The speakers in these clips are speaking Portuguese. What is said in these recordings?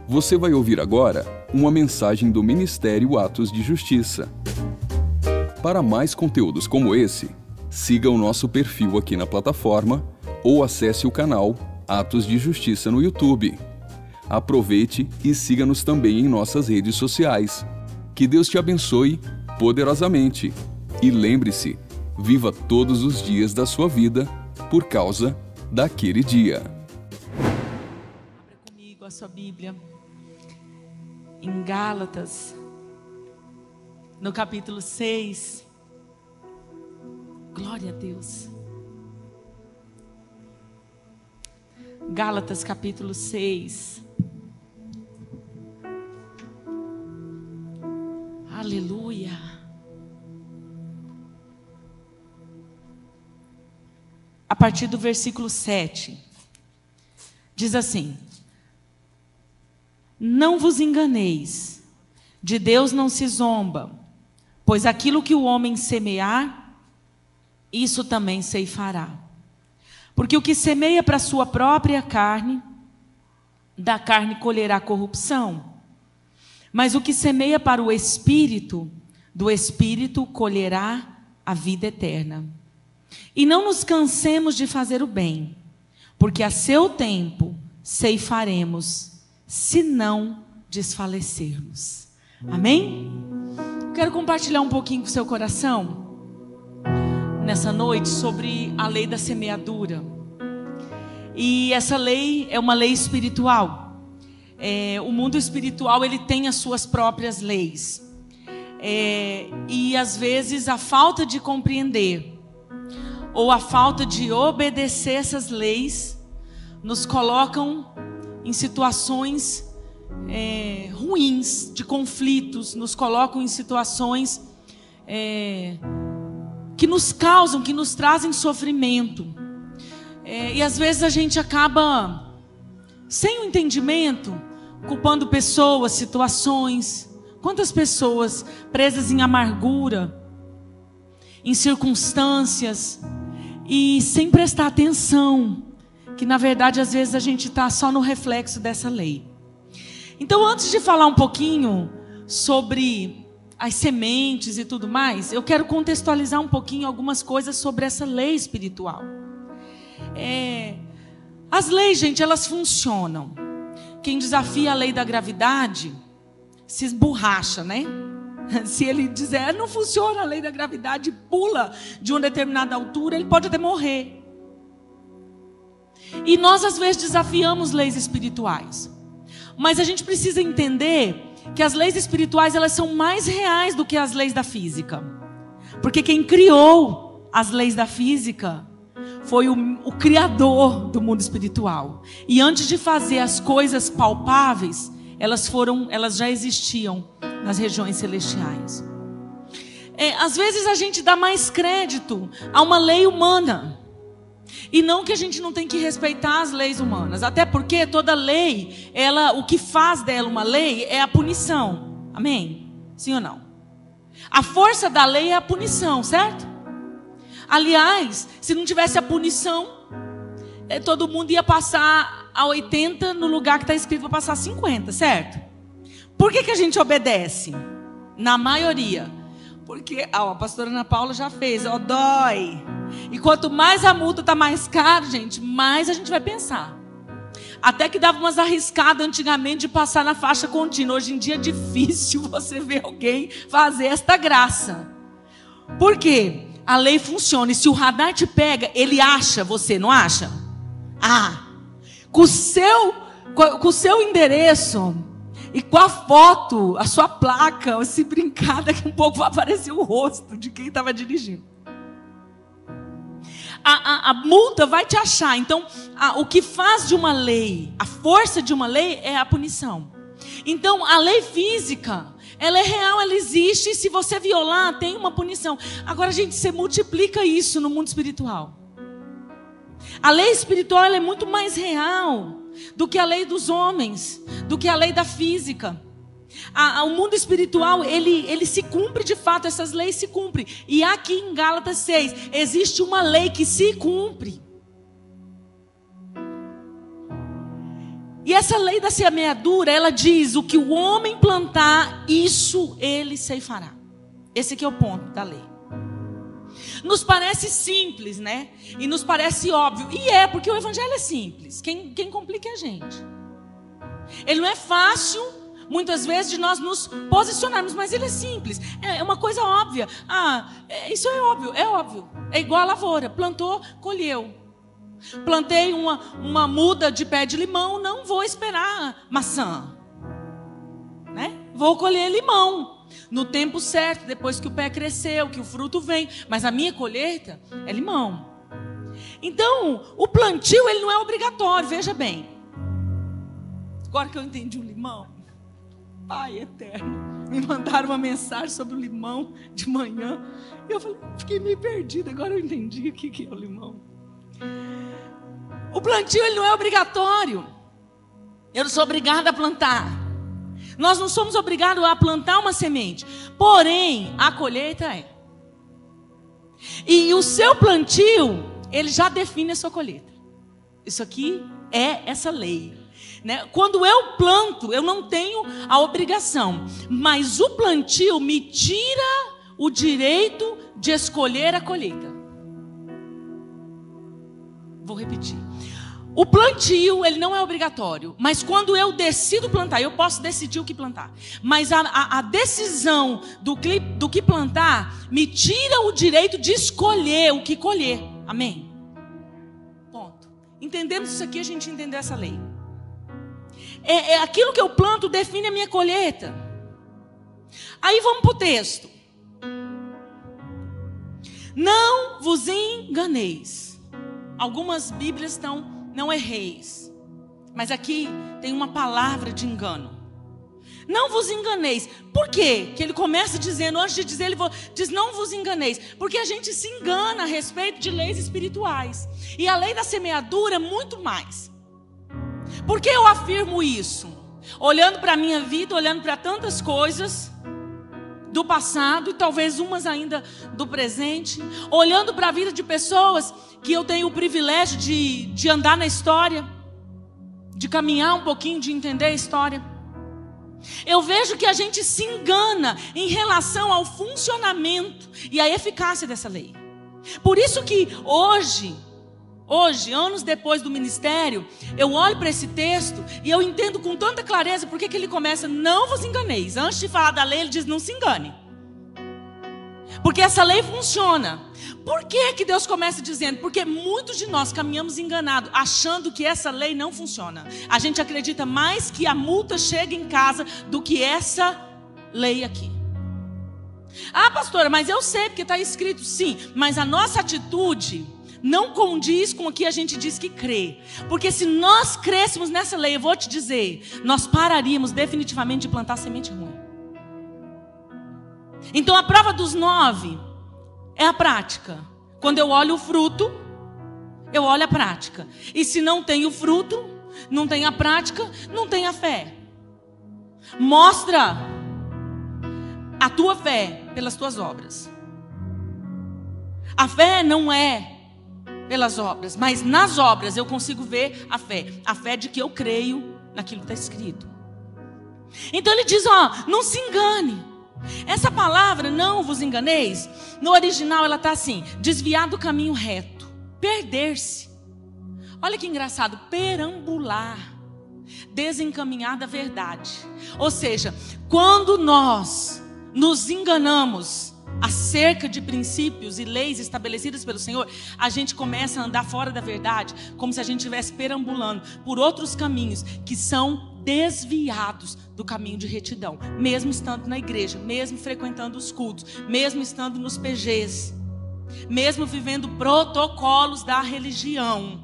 Você vai ouvir agora uma mensagem do Ministério Atos de Justiça. Para mais conteúdos como esse, siga o nosso perfil aqui na plataforma ou acesse o canal Atos de Justiça no YouTube. Aproveite e siga-nos também em nossas redes sociais. Que Deus te abençoe poderosamente. E lembre-se, viva todos os dias da sua vida por causa daquele dia. Abra comigo a sua Bíblia em Gálatas, no capítulo 6. Glória a Deus. Gálatas capítulo 6. Aleluia. A partir do versículo 7, diz assim: Não vos enganeis, de Deus não se zomba, pois aquilo que o homem semear, isso também ceifará. Porque o que semeia para a sua própria carne, da carne colherá corrupção. Mas o que semeia para o Espírito, do Espírito colherá a vida eterna. E não nos cansemos de fazer o bem, porque a seu tempo ceifaremos, se não desfalecermos. Amém? Quero compartilhar um pouquinho com o seu coração nessa noite sobre a lei da semeadura. E essa lei é uma lei espiritual. O mundo espiritual, ele tem as suas próprias leis. E às vezes a falta de compreender ou a falta de obedecer essas leis nos colocam em situações ruins, de conflitos, nos colocam em situações que nos causam, que nos trazem sofrimento. E às vezes a gente acaba, sem o entendimento, culpando pessoas, situações. Quantas pessoas presas em amargura, em circunstâncias, e sem prestar atenção, que na verdade às vezes a gente está só no reflexo dessa lei. Então, antes de falar um pouquinho sobre as sementes e tudo mais, eu quero contextualizar um pouquinho algumas coisas sobre essa lei espiritual. As leis, gente, elas funcionam. Quem desafia a lei da gravidade se esborracha, né? Se ele dizer, não funciona a lei da gravidade, pula de uma determinada altura, ele pode até morrer. E nós às vezes desafiamos leis espirituais. Mas a gente precisa entender que as leis espirituais, elas são mais reais do que as leis da física. Porque quem criou as leis da física foi o criador do mundo espiritual. E antes de fazer as coisas palpáveis, elas já existiam nas regiões celestiais. Às vezes a gente dá mais crédito a uma lei humana. E não que a gente não tem que respeitar as leis humanas. Até porque toda lei, o que faz dela uma lei é a punição. Amém? Sim ou não? A força da lei é a punição, certo? Aliás, se não tivesse a punição, todo mundo ia passar a 80 no lugar que está escrito para passar 50, certo? Por que a gente obedece? Na maioria. Porque a pastora Ana Paula já fez, dói. E quanto mais a multa está mais cara, gente, mais a gente vai pensar. Até que dava umas arriscadas antigamente de passar na faixa contínua. Hoje em dia é difícil você ver alguém fazer esta graça. Por quê? A lei funciona. E se o radar te pega, ele acha você, não acha? Com o seu endereço e com a foto, a sua placa, se brincar, daqui a um pouco vai aparecer o rosto de quem estava dirigindo. A multa vai te achar. Então, o que faz de uma lei, a força de uma lei é a punição. Então, a lei física, ela é real, ela existe, e se você violar, tem uma punição. Agora, gente, você multiplica isso no mundo espiritual. A lei espiritual, ela é muito mais real do que a lei dos homens, do que a lei da física. O mundo espiritual, ele se cumpre de fato, essas leis se cumprem. E aqui em Gálatas 6, existe uma lei que se cumpre. E essa lei da semeadura, ela diz: o que o homem plantar, isso ele ceifará. Esse aqui é o ponto da lei. Nos parece simples, né? E nos parece óbvio. E é, porque o evangelho é simples. Quem complica é a gente. Ele não é fácil, muitas vezes, de nós nos posicionarmos, mas ele é simples. É uma coisa óbvia. Isso é óbvio, é óbvio. É igual a lavoura. Plantou, colheu. Plantei uma muda de pé de limão, não vou esperar maçã, né? Vou colher limão no tempo certo, depois que o pé cresceu, que o fruto vem. Mas a minha colheita é limão. Então, o plantio, ele não é obrigatório, veja bem. Agora que eu entendi o limão, Pai eterno, me mandaram uma mensagem sobre o limão de manhã. E eu fiquei meio perdida, agora eu entendi o que é o limão. O plantio, ele não é obrigatório. Eu não sou obrigada a plantar. Nós não somos obrigados a plantar uma semente. Porém, a colheita é. E o seu plantio, ele já define a sua colheita. Isso aqui é essa lei, né? Quando eu planto, eu não tenho a obrigação. Mas o plantio me tira o direito de escolher a colheita. Vou repetir. O plantio, ele não é obrigatório. Mas quando eu decido plantar, eu posso decidir o que plantar. Mas a decisão do que plantar me tira o direito de escolher o que colher. Amém? Ponto. Entendemos isso aqui, a gente entendeu essa lei. Aquilo que eu planto define a minha colheita. Aí vamos para o texto. Não vos enganeis. Algumas Bíblias estão, não erreis. Mas aqui tem uma palavra de engano. Não vos enganeis. Por quê? Que ele começa dizendo, antes de dizer, ele diz não vos enganeis. Porque a gente se engana a respeito de leis espirituais. E a lei da semeadura, muito mais. Por que eu afirmo isso? Olhando para a minha vida, olhando para tantas coisas do passado e talvez umas ainda do presente, olhando para a vida de pessoas que eu tenho o privilégio de andar na história, de caminhar um pouquinho, de entender a história. Eu vejo que a gente se engana em relação ao funcionamento e à eficácia dessa lei. Por isso que hoje, anos depois do ministério, eu olho para esse texto e eu entendo com tanta clareza porque que ele começa, não vos enganeis. Antes de falar da lei, ele diz, não se engane. Porque essa lei funciona. Por que Deus começa dizendo? Porque muitos de nós caminhamos enganados, achando que essa lei não funciona. A gente acredita mais que a multa chega em casa do que essa lei aqui. Ah, pastora, mas eu sei porque está escrito. Sim, mas a nossa atitude não condiz com o que a gente diz que crê. Porque se nós crêssemos nessa lei, eu vou te dizer, nós pararíamos definitivamente de plantar semente ruim. Então a prova dos 9 é a prática. Quando eu olho o fruto, eu olho a prática. E se não tem o fruto, não tem a prática, não tem a fé. Mostra a tua fé pelas tuas obras. A fé não é pelas obras, mas nas obras eu consigo ver a fé. A fé de que eu creio naquilo que está escrito. Então ele diz, não se engane. Essa palavra, não vos enganeis, no original ela está assim, desviar do caminho reto, perder-se. Olha que engraçado, perambular, desencaminhar da verdade. Ou seja, quando nós nos enganamos acerca de princípios e leis estabelecidas pelo Senhor, a gente começa a andar fora da verdade, como se a gente estivesse perambulando por outros caminhos que são desviados do caminho de retidão, mesmo estando na igreja, mesmo frequentando os cultos, mesmo estando nos PGs, mesmo vivendo protocolos da religião.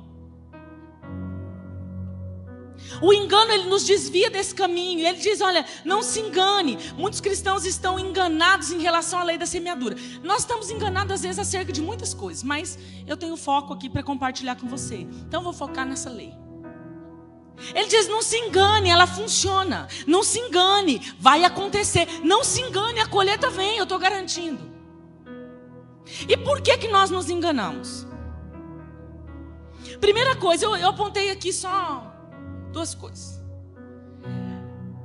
O engano, ele nos desvia desse caminho. Ele diz, olha, não se engane. Muitos cristãos estão enganados em relação à lei da semeadura. Nós estamos enganados às vezes acerca de muitas coisas, mas eu tenho foco aqui para compartilhar com você. Então eu vou focar nessa lei. Ele diz, não se engane, ela funciona. Não se engane, vai acontecer. Não se engane, a colheita vem, eu estou garantindo. E por que nós nos enganamos? Primeira coisa, eu apontei aqui só 2 coisas.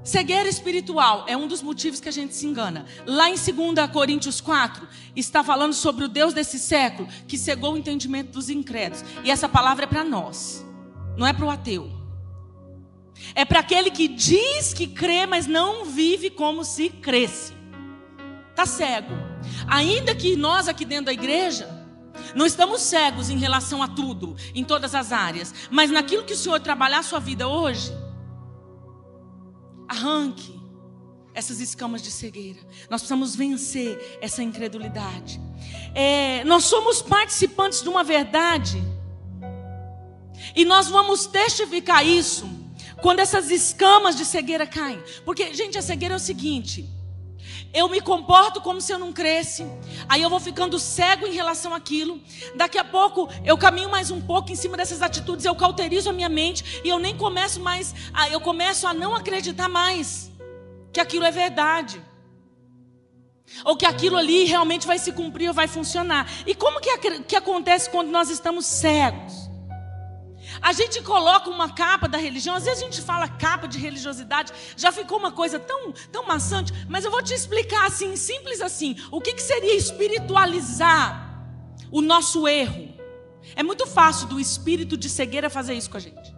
Cegueira espiritual é um dos motivos que a gente se engana. Lá em 2 Coríntios 4, está falando sobre o Deus desse século que cegou o entendimento dos incrédulos. E essa palavra é para nós, não é para o ateu. É para aquele que diz que crê, mas não vive como se cresce. Está cego. Ainda que nós aqui dentro da igreja não estamos cegos em relação a tudo, em todas as áreas. Mas naquilo que o Senhor trabalhar a sua vida hoje, arranque essas escamas de cegueira. Nós precisamos vencer essa incredulidade. Nós somos participantes de uma verdade. E nós vamos testificar isso quando essas escamas de cegueira caem. Porque, gente, a cegueira é o seguinte: eu me comporto como se eu não cresce, aí eu vou ficando cego em relação àquilo. Daqui a pouco eu caminho mais um pouco em cima dessas atitudes, eu cauterizo a minha mente e eu nem começo mais, eu começo a não acreditar mais que aquilo é verdade, ou que aquilo ali realmente vai se cumprir ou vai funcionar. E como que acontece quando nós estamos cegos? A gente coloca uma capa da religião. Às vezes a gente fala capa de religiosidade, já ficou uma coisa tão maçante. Mas eu vou te explicar assim, simples assim, o que seria espiritualizar o nosso erro. É muito fácil do espírito de cegueira fazer isso com a gente.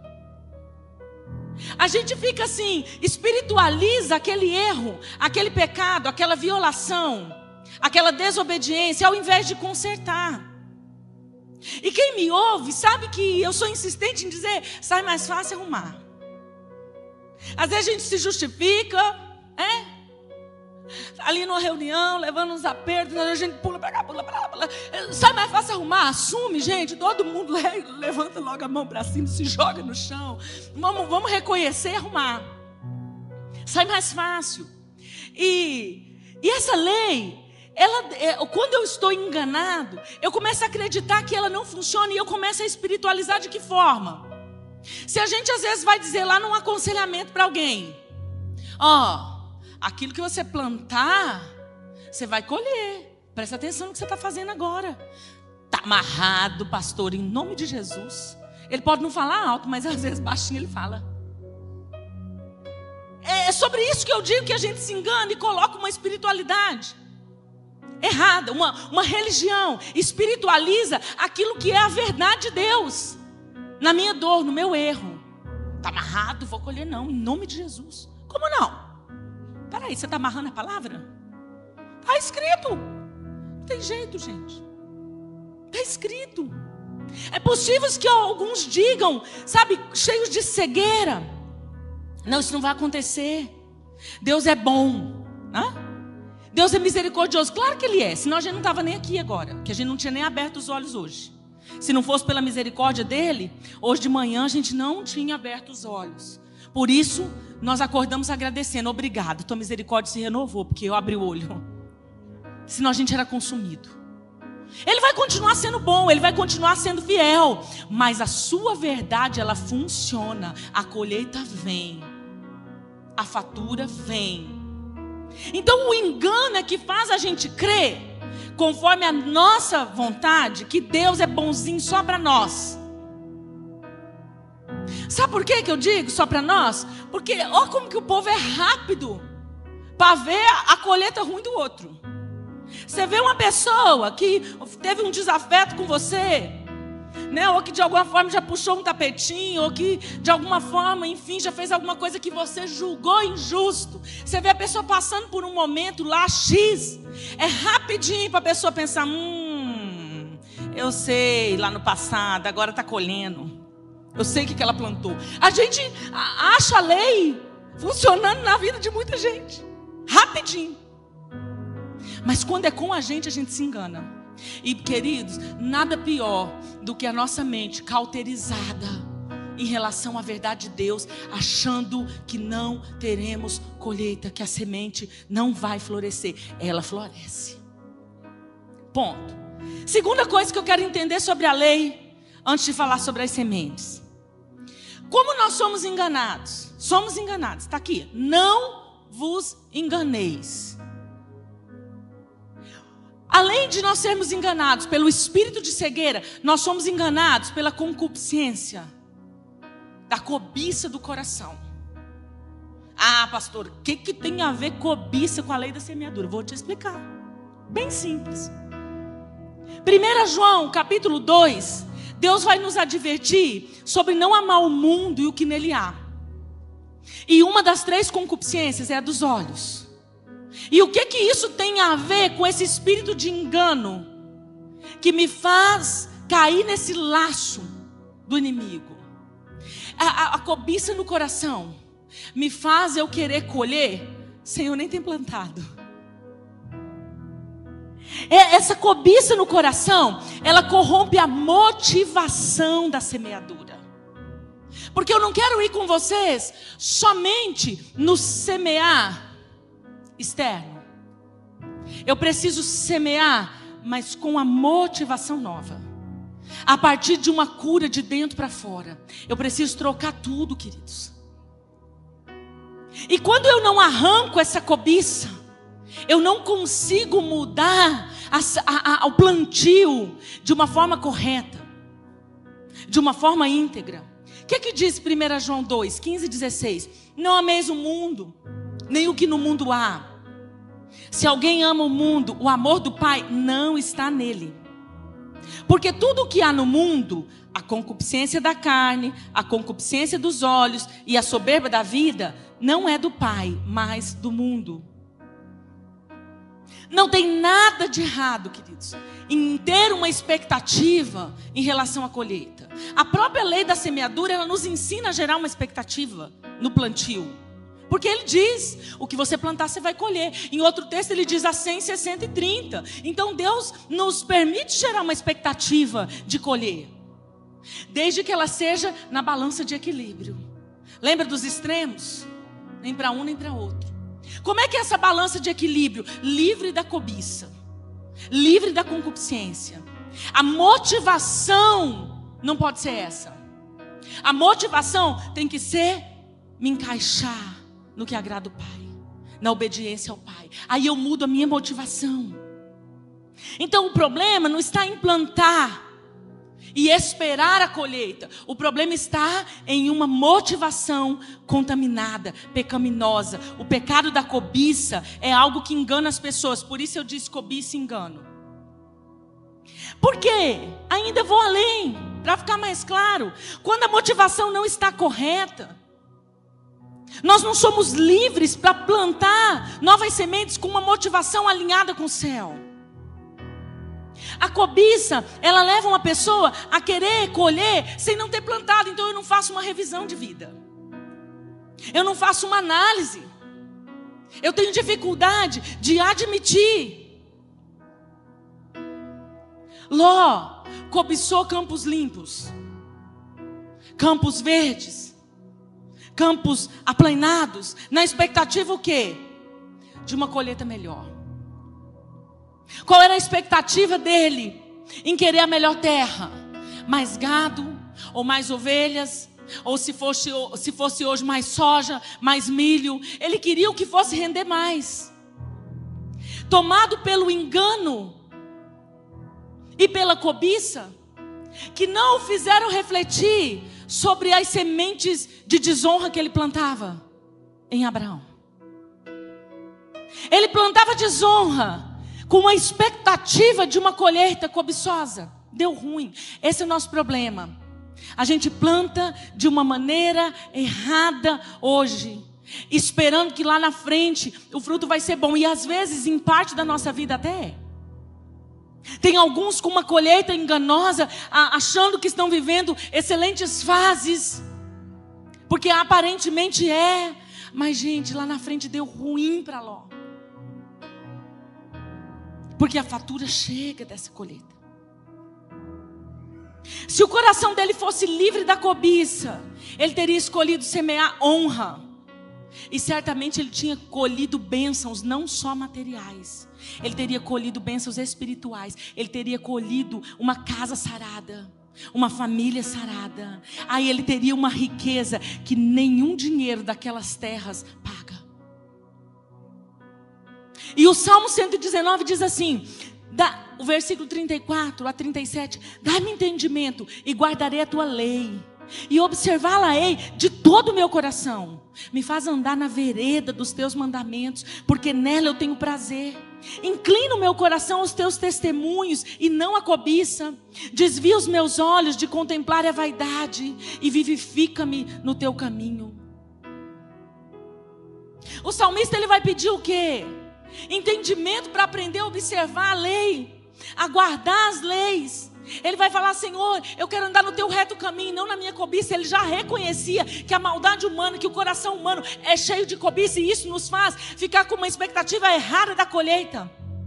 A gente fica assim, espiritualiza aquele erro, aquele pecado, aquela violação, aquela desobediência, ao invés de consertar. E quem me ouve sabe que eu sou insistente em dizer: sai mais fácil arrumar. Às vezes a gente se justifica, ali numa reunião, levando uns apertos, a gente pula para cá, pula para lá. Sai mais fácil arrumar, assume, gente. Todo mundo levanta logo a mão para cima, se joga no chão. Vamos reconhecer e arrumar. Sai mais fácil. E essa lei, quando eu estou enganado, eu começo a acreditar que ela não funciona e eu começo a espiritualizar. De que forma? Se a gente às vezes vai dizer lá num aconselhamento para alguém: aquilo que você plantar, você vai colher. Presta atenção no que você está fazendo agora. Está amarrado, pastor, em nome de Jesus. Ele pode não falar alto, mas às vezes baixinho ele fala. É sobre isso que eu digo que a gente se engana e coloca uma espiritualidade errada, uma religião. Espiritualiza aquilo que é a verdade de Deus. Na minha dor, no meu erro. Está amarrado, vou colher não, em nome de Jesus. Como não? Peraí, você está amarrando a palavra? Está escrito. Não tem jeito, gente. Está escrito. É possível que alguns digam, sabe, cheios de cegueira: não, isso não vai acontecer. Deus é bom, Deus é misericordioso. Claro que Ele é, senão a gente não estava nem aqui agora, porque a gente não tinha nem aberto os olhos hoje. Se não fosse pela misericórdia dEle, hoje de manhã a gente não tinha aberto os olhos. Por isso, nós acordamos agradecendo: obrigado, tua misericórdia se renovou, porque eu abri o olho. Senão a gente era consumido. Ele vai continuar sendo bom, Ele vai continuar sendo fiel, mas a sua verdade, ela funciona. A colheita vem, a fatura vem. Então o engano é que faz a gente crer, conforme a nossa vontade, que Deus é bonzinho só para nós. Sabe por que eu digo só para nós? Porque olha como que o povo é rápido para ver a colheita ruim do outro. Você vê uma pessoa que teve um desafeto com você, ou que de alguma forma já puxou um tapetinho, ou que de alguma forma, enfim, já fez alguma coisa que você julgou injusto. Você vê a pessoa passando por um momento lá X, é rapidinho para a pessoa pensar: eu sei, lá no passado, agora está colhendo. Eu sei o que ela plantou. A gente acha a lei funcionando na vida de muita gente, rapidinho. Mas quando é com a gente se engana. E queridos, nada pior do que a nossa mente cauterizada em relação à verdade de Deus, achando que não teremos colheita, que a semente não vai florescer. Ela floresce. Ponto. Segunda coisa que eu quero entender sobre a lei, antes de falar sobre as sementes. Como nós somos enganados? Somos enganados, está aqui: não vos enganeis. Além de nós sermos enganados pelo espírito de cegueira, nós somos enganados pela concupiscência, da cobiça do coração. Ah, pastor, o que tem a ver cobiça com a lei da semeadura? Vou te explicar. Bem simples. 1 João, capítulo 2, Deus vai nos advertir sobre não amar o mundo e o que nele há. E uma das 3 concupiscências é a dos olhos. E o que isso tem a ver com esse espírito de engano que me faz cair nesse laço do inimigo? A cobiça no coração me faz eu querer colher sem eu nem ter plantado. Essa cobiça no coração, ela corrompe a motivação da semeadura. Porque eu não quero ir com vocês somente no semear externo. Eu preciso semear, mas com a motivação nova. A partir de uma cura de dentro para fora. Eu preciso trocar tudo, queridos. E quando eu não arranco essa cobiça, eu não consigo mudar o plantio de uma forma correta, de uma forma íntegra. O que diz 1 João 2, 15 e 16? Não ameis o mundo, nem o que no mundo há. Se alguém ama o mundo, o amor do Pai não está nele. Porque tudo o que há no mundo, a concupiscência da carne, a concupiscência dos olhos e a soberba da vida, não é do Pai, mas do mundo. Não tem nada de errado, queridos, em ter uma expectativa em relação à colheita. A própria lei da semeadura, ela nos ensina a gerar uma expectativa no plantio. Porque ele diz, o que você plantar você vai colher. Em outro texto ele diz a 100, 60 e 30. Então Deus nos permite gerar uma expectativa de colher. Desde que ela seja na balança de equilíbrio. Lembra dos extremos? Nem para um nem para outro. Como é que é essa balança de equilíbrio? Livre da cobiça. Livre da concupiscência. A motivação não pode ser essa. A motivação tem que ser me encaixar no que agrada o Pai, na obediência ao Pai. Aí eu mudo a minha motivação. Então o problema não está em plantar e esperar a colheita. O problema está em uma motivação contaminada, pecaminosa. O pecado da cobiça é algo que engana as pessoas. Por isso eu disse cobiça e engano. Por quê? Ainda vou além, para ficar mais claro. Quando a motivação não está correta, nós não somos livres para plantar novas sementes com uma motivação alinhada com o céu. A cobiça, ela leva uma pessoa a querer colher sem não ter plantado. Então eu não faço uma revisão de vida. Eu não faço uma análise. Eu tenho dificuldade de admitir. Ló cobiçou campos limpos, campos verdes, campos aplainados, na expectativa o quê? De uma colheita melhor. Qual era a expectativa dele em querer a melhor terra? Mais gado, ou mais ovelhas, ou se fosse hoje mais soja, mais milho. Ele queria o que fosse render mais. Tomado pelo engano e pela cobiça, que não o fizeram refletir sobre as sementes de desonra que ele plantava em Abraão. Ele plantava desonra com a expectativa de uma colheita cobiçosa. Deu ruim. Esse é o nosso problema. A gente planta de uma maneira errada hoje, esperando que lá na frente o fruto vai ser bom. E às vezes em parte da nossa vida até é. Tem alguns com uma colheita enganosa, achando que estão vivendo excelentes fases, porque aparentemente é. Mas gente, lá na frente deu ruim para Ló, porque a fatura chega dessa colheita. Se o coração dele fosse livre da cobiça, ele teria escolhido semear honra. E certamente ele tinha colhido bênçãos, não só materiais. Ele teria colhido bênçãos espirituais. Ele teria colhido uma casa sarada, uma família sarada. Aí ele teria uma riqueza que nenhum dinheiro daquelas terras paga. E o Salmo 119 diz assim, o versículo 34 a 37, dá-me entendimento e guardarei a tua lei. e observá-la-ei de todo o meu coração. Me faz andar na vereda dos teus mandamentos, porque nela eu tenho prazer. Inclina o meu coração aos teus testemunhos e não a cobiça. Desvia os meus olhos de contemplar a vaidade e vivifica-me no teu caminho. O salmista, ele vai pedir o quê? Entendimento para aprender a observar a lei, a guardar as leis. Ele vai falar: Senhor, eu quero andar no teu reto caminho, não na minha cobiça. Ele já reconhecia que a maldade humana, que o coração humano é cheio de cobiça, e isso nos faz ficar com uma expectativa errada da colheita.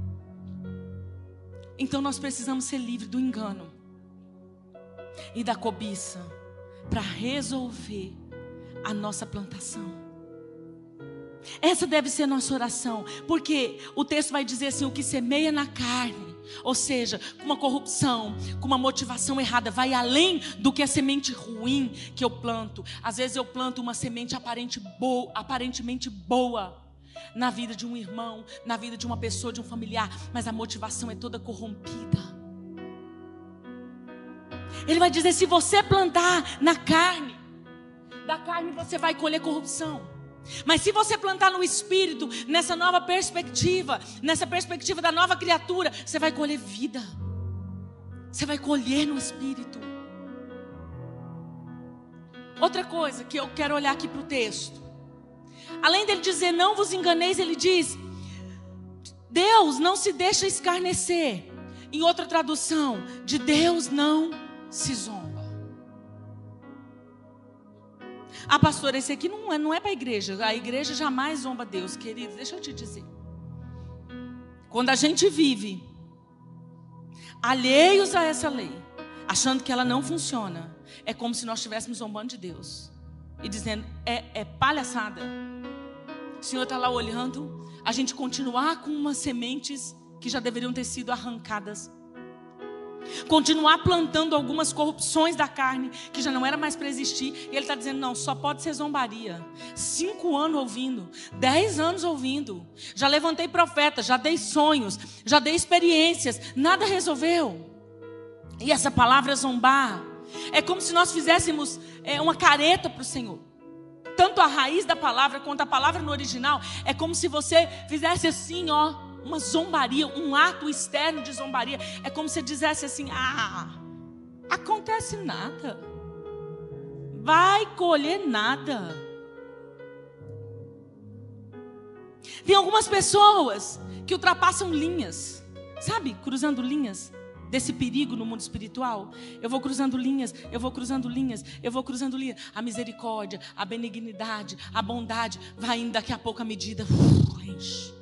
Então nós precisamos ser livres do engano e da cobiça para resolver a nossa plantação. Essa deve ser nossa oração, porque o texto vai dizer assim: o que semeia na carne, ou seja, com uma corrupção, com uma motivação errada, vai além do que a semente ruim que eu planto. Às vezes eu planto uma semente aparentemente boa na vida de um irmão, na vida de uma pessoa, de um familiar, mas a motivação é toda corrompida. Ele vai dizer: se você plantar na carne, da carne você vai colher corrupção. Mas se você plantar no Espírito, nessa nova perspectiva, nessa perspectiva da nova criatura, você vai colher vida. Você vai colher no Espírito. Outra coisa que eu quero olhar aqui para o texto. Além dele dizer: não vos enganeis, ele diz: Deus não se deixa escarnecer. Em outra tradução, de Deus não se zomba. Ah, pastor, esse aqui não é para a igreja. A igreja jamais zomba Deus, querido. Deixa eu te dizer. Quando a gente vive alheios a essa lei, achando que ela não funciona, é como se nós estivéssemos zombando de Deus e dizendo: é palhaçada. O Senhor está lá olhando, a gente continuar com umas sementes que já deveriam ter sido arrancadas, continuar plantando algumas corrupções da carne que já não era mais para existir, e Ele está dizendo: não, só pode ser zombaria. 5 anos ouvindo, 10 anos ouvindo, já levantei profetas, já dei sonhos, já dei experiências, nada resolveu. E essa palavra zombar é como se nós fizéssemos uma careta para o Senhor. Tanto a raiz da palavra quanto a palavra no original é como se você fizesse assim, ó, uma zombaria, um ato externo de zombaria. É como se dissesse assim: acontece nada, vai colher nada. Tem algumas pessoas que ultrapassam linhas, sabe, cruzando linhas desse perigo no mundo espiritual. Eu vou cruzando linhas, eu vou cruzando linhas, eu vou cruzando linhas. A misericórdia, a benignidade, a bondade, vai indo, daqui a pouco a medida enche.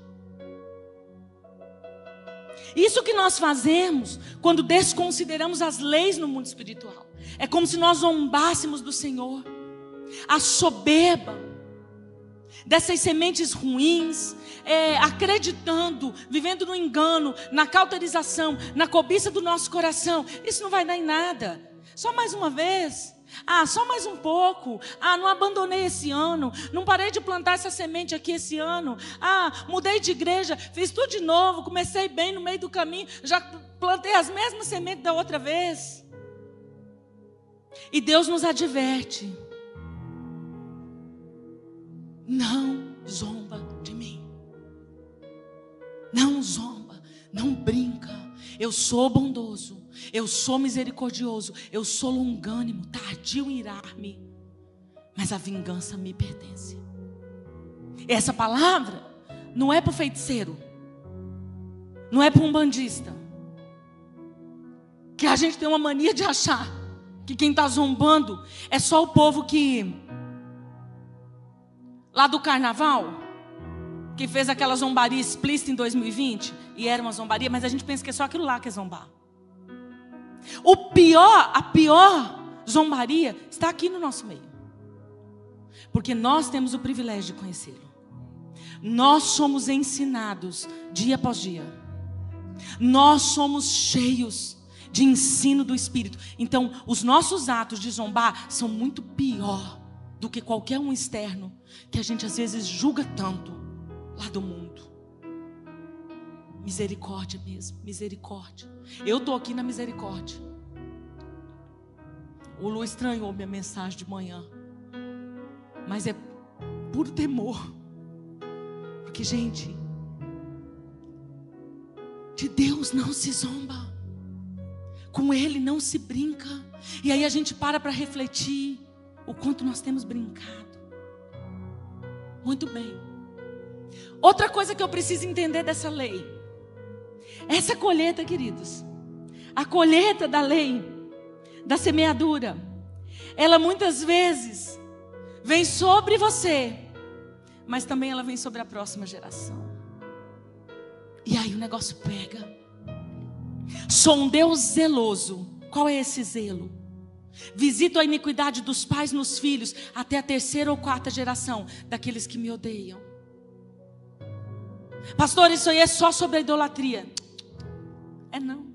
Isso que nós fazemos quando desconsideramos as leis no mundo espiritual. É como se nós zombássemos do Senhor. A soberba dessas sementes ruins, acreditando, vivendo no engano, na cauterização, na cobiça do nosso coração. Isso não vai dar em nada. Só mais uma vez. Só mais um pouco. Não abandonei esse ano. Não parei de plantar essa semente aqui esse ano. Mudei de igreja, fiz tudo de novo. Comecei bem no meio do caminho, já plantei as mesmas sementes da outra vez. E Deus nos adverte: não zomba de mim. Não zomba, não brinca. Eu sou bondoso, eu sou misericordioso, eu sou longânimo, tardio em irar-me, mas a vingança me pertence. Essa palavra não é para o feiticeiro, não é para um bandista, que a gente tem uma mania de achar que quem está zombando é só o povo que, lá do carnaval, que fez aquela zombaria explícita em 2020, e era uma zombaria, mas a gente pensa que é só aquilo lá que é zombar. A pior zombaria está aqui no nosso meio, porque nós temos o privilégio de conhecê-lo. Nós somos ensinados dia após dia. Nós somos cheios de ensino do Espírito. Então, os nossos atos de zombar são muito pior do que qualquer um externo que a gente às vezes julga tanto lá do mundo. Misericórdia mesmo, misericórdia. Eu estou aqui na misericórdia. O Lu estranhou minha mensagem de manhã, mas é puro temor. Porque, gente, de Deus não se zomba, com Ele não se brinca. E aí a gente para refletir o quanto nós temos brincado. Muito bem. Outra coisa que eu preciso entender dessa lei, essa colheita, queridos, a colheita da lei da semeadura, ela muitas vezes vem sobre você, mas também ela vem sobre a próxima geração. E aí o negócio pega. Sou um Deus zeloso. Qual é esse zelo? Visito a iniquidade dos pais nos filhos, até a terceira ou quarta geração daqueles que me odeiam. Pastor, isso aí é só sobre a idolatria. É não.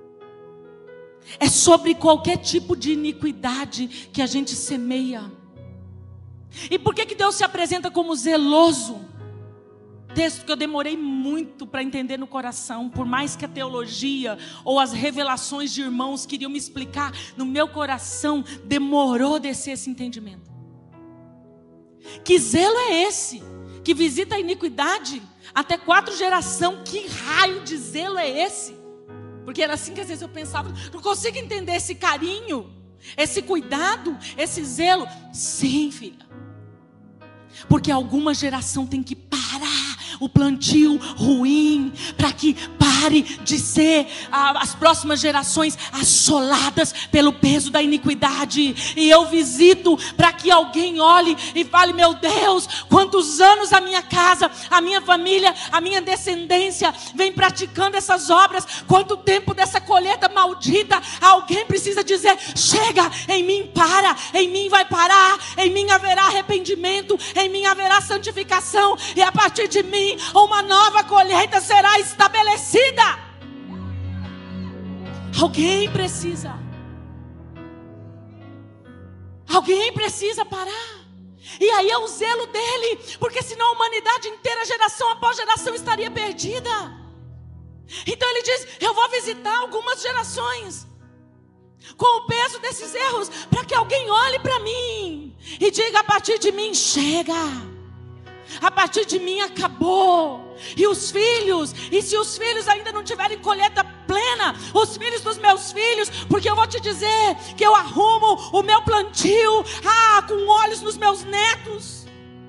É sobre qualquer tipo de iniquidade que a gente semeia. E por que Deus se apresenta como zeloso? Texto que eu demorei muito para entender no coração. Por mais que a teologia ou as revelações de irmãos queriam me explicar, no meu coração demorou descer esse entendimento. Que zelo é esse? Que visita a iniquidade até 4 gerações. Que raio de zelo é esse? Porque era assim que às vezes eu pensava. Não consigo entender esse carinho, esse cuidado, esse zelo. Sim, filha. Porque alguma geração tem que parar o plantio ruim, para que pare de ser as próximas gerações assoladas pelo peso da iniquidade. E eu visito para que alguém olhe e fale: meu Deus, quantos anos a minha casa, a minha família, a minha descendência vem praticando essas obras, quanto tempo dessa colheita maldita. Alguém precisa dizer: chega, em mim para, em mim vai parar, em mim haverá arrependimento, em mim haverá santificação, e a partir de mim uma nova colheita será estabelecida. Alguém precisa parar. E aí é o zelo dele, porque senão a humanidade inteira, geração após geração, estaria perdida. Então ele diz: eu vou visitar algumas gerações com o peso desses erros, para que alguém olhe para mim e diga: a partir de mim chega, a partir de mim acabou. E os filhos, e se os filhos ainda não tiverem colheita plena, os filhos dos meus filhos, porque eu vou te dizer que eu arrumo o meu plantio com olhos nos meus netos,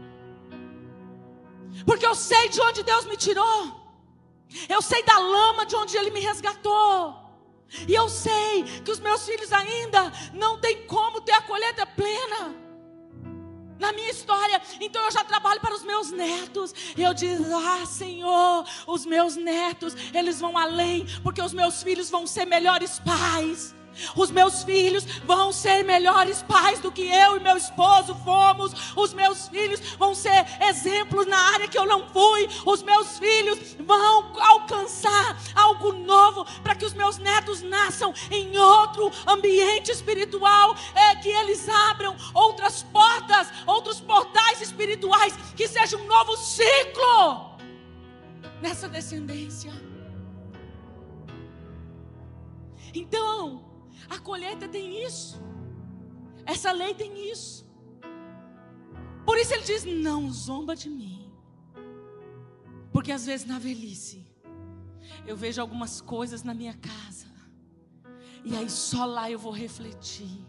porque eu sei de onde Deus me tirou, eu sei da lama de onde Ele me resgatou, e eu sei que os meus filhos ainda não têm como ter a colheita plena na minha história. Então eu já trabalho para os meus netos. Eu digo: Senhor, os meus netos, eles vão além, porque os meus filhos vão ser melhores pais. Os meus filhos vão ser melhores pais do que eu e meu esposo fomos. Os meus filhos vão ser exemplos na área que eu não fui. Os meus filhos vão alcançar algo novo, para que os meus netos nasçam em outro ambiente espiritual, que eles abram outras portas, outros portais espirituais, que seja um novo ciclo nessa descendência. Então a colheita tem isso, essa lei tem isso. Por isso ele diz: não zomba de mim. Porque às vezes na velhice eu vejo algumas coisas na minha casa, e aí só lá eu vou refletir.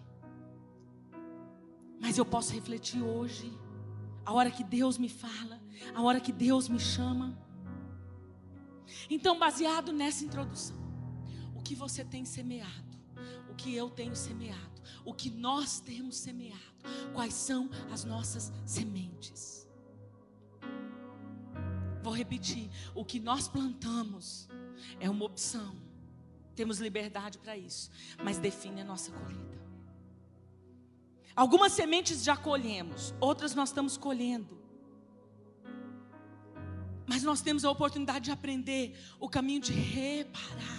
Mas eu posso refletir hoje, a hora que Deus me fala, a hora que Deus me chama. Então, baseado nessa introdução, o que você tem semeado, o que eu tenho semeado, o que nós temos semeado, quais são as nossas sementes? Vou repetir: o que nós plantamos é uma opção, temos liberdade para isso, mas define a nossa colheita. Algumas sementes já colhemos, outras nós estamos colhendo, mas nós temos a oportunidade de aprender o caminho de reparar.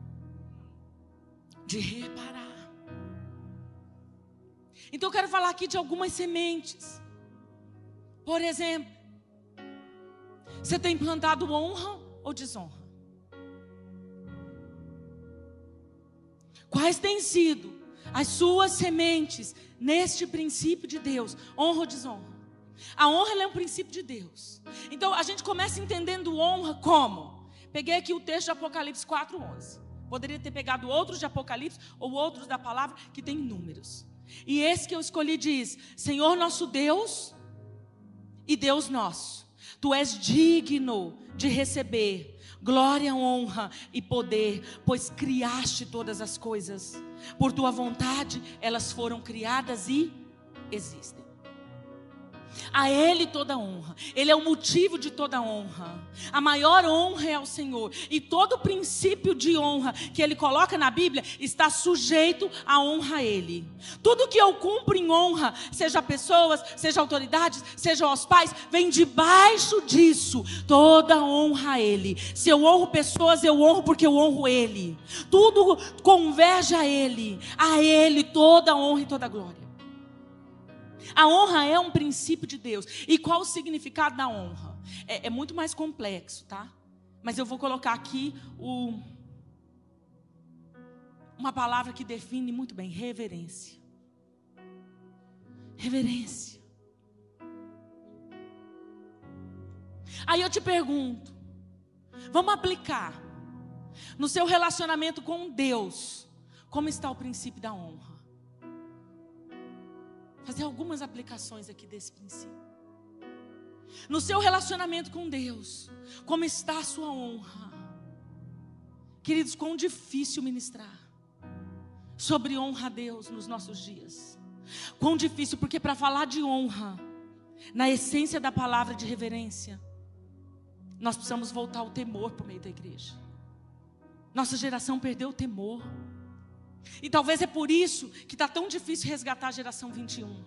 Então eu quero falar aqui de algumas sementes. Por exemplo, você tem plantado honra ou desonra? Quais têm sido as suas sementes neste princípio de Deus, honra ou desonra. A honra, ela é um princípio de Deus. Então a gente começa entendendo honra como? Peguei aqui o texto de Apocalipse 4:11. Poderia ter pegado outros de Apocalipse ou outros da palavra que tem números. E esse que eu escolhi diz: Senhor nosso Deus e Deus nosso, Tu és digno de receber glória, honra e poder, pois criaste todas as coisas. Por Tua vontade elas foram criadas e existem. A Ele toda honra. Ele é o motivo de toda honra. A maior honra é ao Senhor. E todo princípio de honra que Ele coloca na Bíblia está sujeito à honra a Ele. Tudo que eu cumpro em honra, seja pessoas, seja autoridades, seja aos pais, vem debaixo disso. Toda honra a Ele. Se eu honro pessoas, eu honro porque eu honro Ele. Tudo converge a Ele. A Ele toda honra e toda glória. A honra é um princípio de Deus. E qual o significado da honra? É muito mais complexo, tá? Mas eu vou colocar aqui uma palavra que define muito bem: reverência. Reverência. Aí eu te pergunto, vamos aplicar no seu relacionamento com Deus, como está o princípio da honra? Fazer algumas aplicações aqui desse princípio. No seu relacionamento com Deus, como está a sua honra? Queridos, quão difícil ministrar sobre honra a Deus nos nossos dias. Quão difícil, porque para falar de honra, na essência da palavra de reverência, nós precisamos voltar o temor por meio da igreja. Nossa geração perdeu o temor. E talvez é por isso que está tão difícil resgatar a geração 21.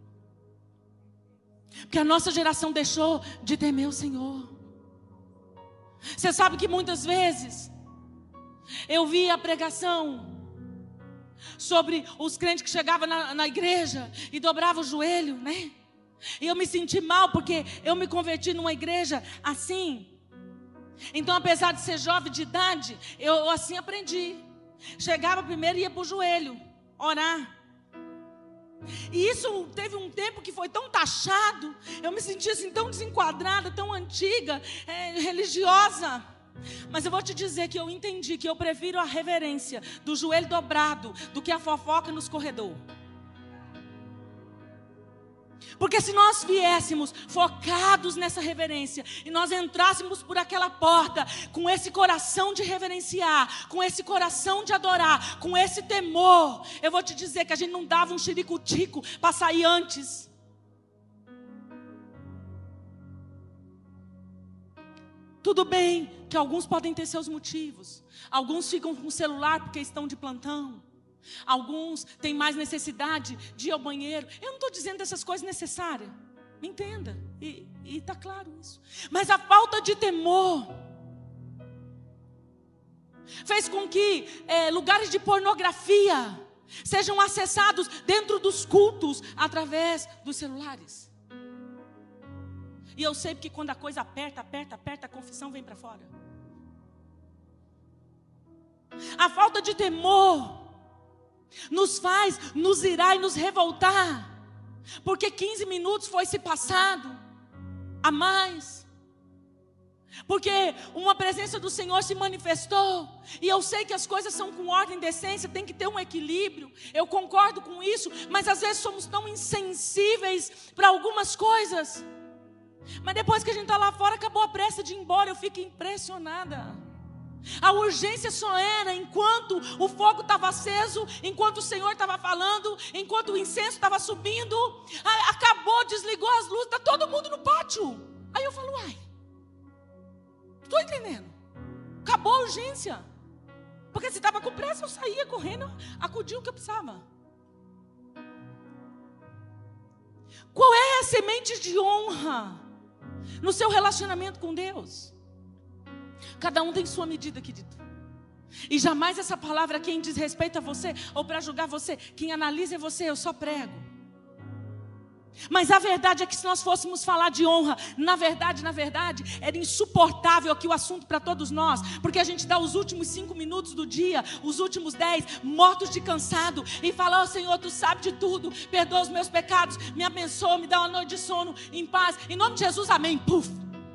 Porque a nossa geração deixou de temer o Senhor. Você sabe que muitas vezes eu vi a pregação sobre os crentes que chegavam na igreja e dobravam o joelho, né? E eu me senti mal porque eu me converti numa igreja assim. Então, apesar de ser jovem de idade, eu assim aprendi. Chegava primeiro e ia para o joelho orar. E isso teve um tempo que foi tão taxado. Eu me sentia assim tão desenquadrada, tão antiga, religiosa. Mas eu vou te dizer que eu entendi que eu prefiro a reverência do joelho dobrado do que a fofoca nos corredores. Porque se nós viéssemos focados nessa reverência e nós entrássemos por aquela porta com esse coração de reverenciar, com esse coração de adorar, com esse temor, eu vou te dizer que a gente não dava um xiricutico para sair antes. Tudo bem que alguns podem ter seus motivos. Alguns ficam com o celular porque estão de plantão. Alguns têm mais necessidade de ir ao banheiro. Eu não estou dizendo essas coisas necessárias. Me entenda. E está claro isso. Mas a falta de temor fez com que lugares de pornografia sejam acessados dentro dos cultos através dos celulares. E eu sei porque quando a coisa aperta, a confissão vem para fora. A falta de temor nos faz nos irar e nos revoltar, porque 15 minutos foi se passado a mais, porque uma presença do Senhor se manifestou. E eu sei que as coisas são com ordem e decência, tem que ter um equilíbrio, eu concordo com isso, mas às vezes somos tão insensíveis para algumas coisas. Mas depois que a gente está lá fora, acabou a pressa de ir embora. Eu fico impressionada. A urgência só era enquanto o fogo estava aceso, enquanto o Senhor estava falando, enquanto o incenso estava subindo. Acabou, desligou as luzes, está todo mundo no pátio. Aí eu falo, uai, estou entendendo. Acabou a urgência. Porque se estava com pressa, eu saía correndo, acudia o que eu precisava. Qual é a semente de honra no seu relacionamento com Deus? Cada um tem sua medida, querido. E jamais essa palavra, quem diz respeito a você ou para julgar você, quem analisa é você, eu só prego. Mas a verdade é que se nós fôssemos falar de honra, na verdade, era insuportável aqui o assunto para todos nós, porque a gente dá os últimos 5 minutos do dia, os últimos 10, mortos de cansado, e fala: ó Senhor, Tu sabe de tudo, perdoa os meus pecados, me abençoa, me dá uma noite de sono em paz, em nome de Jesus, amém, puf.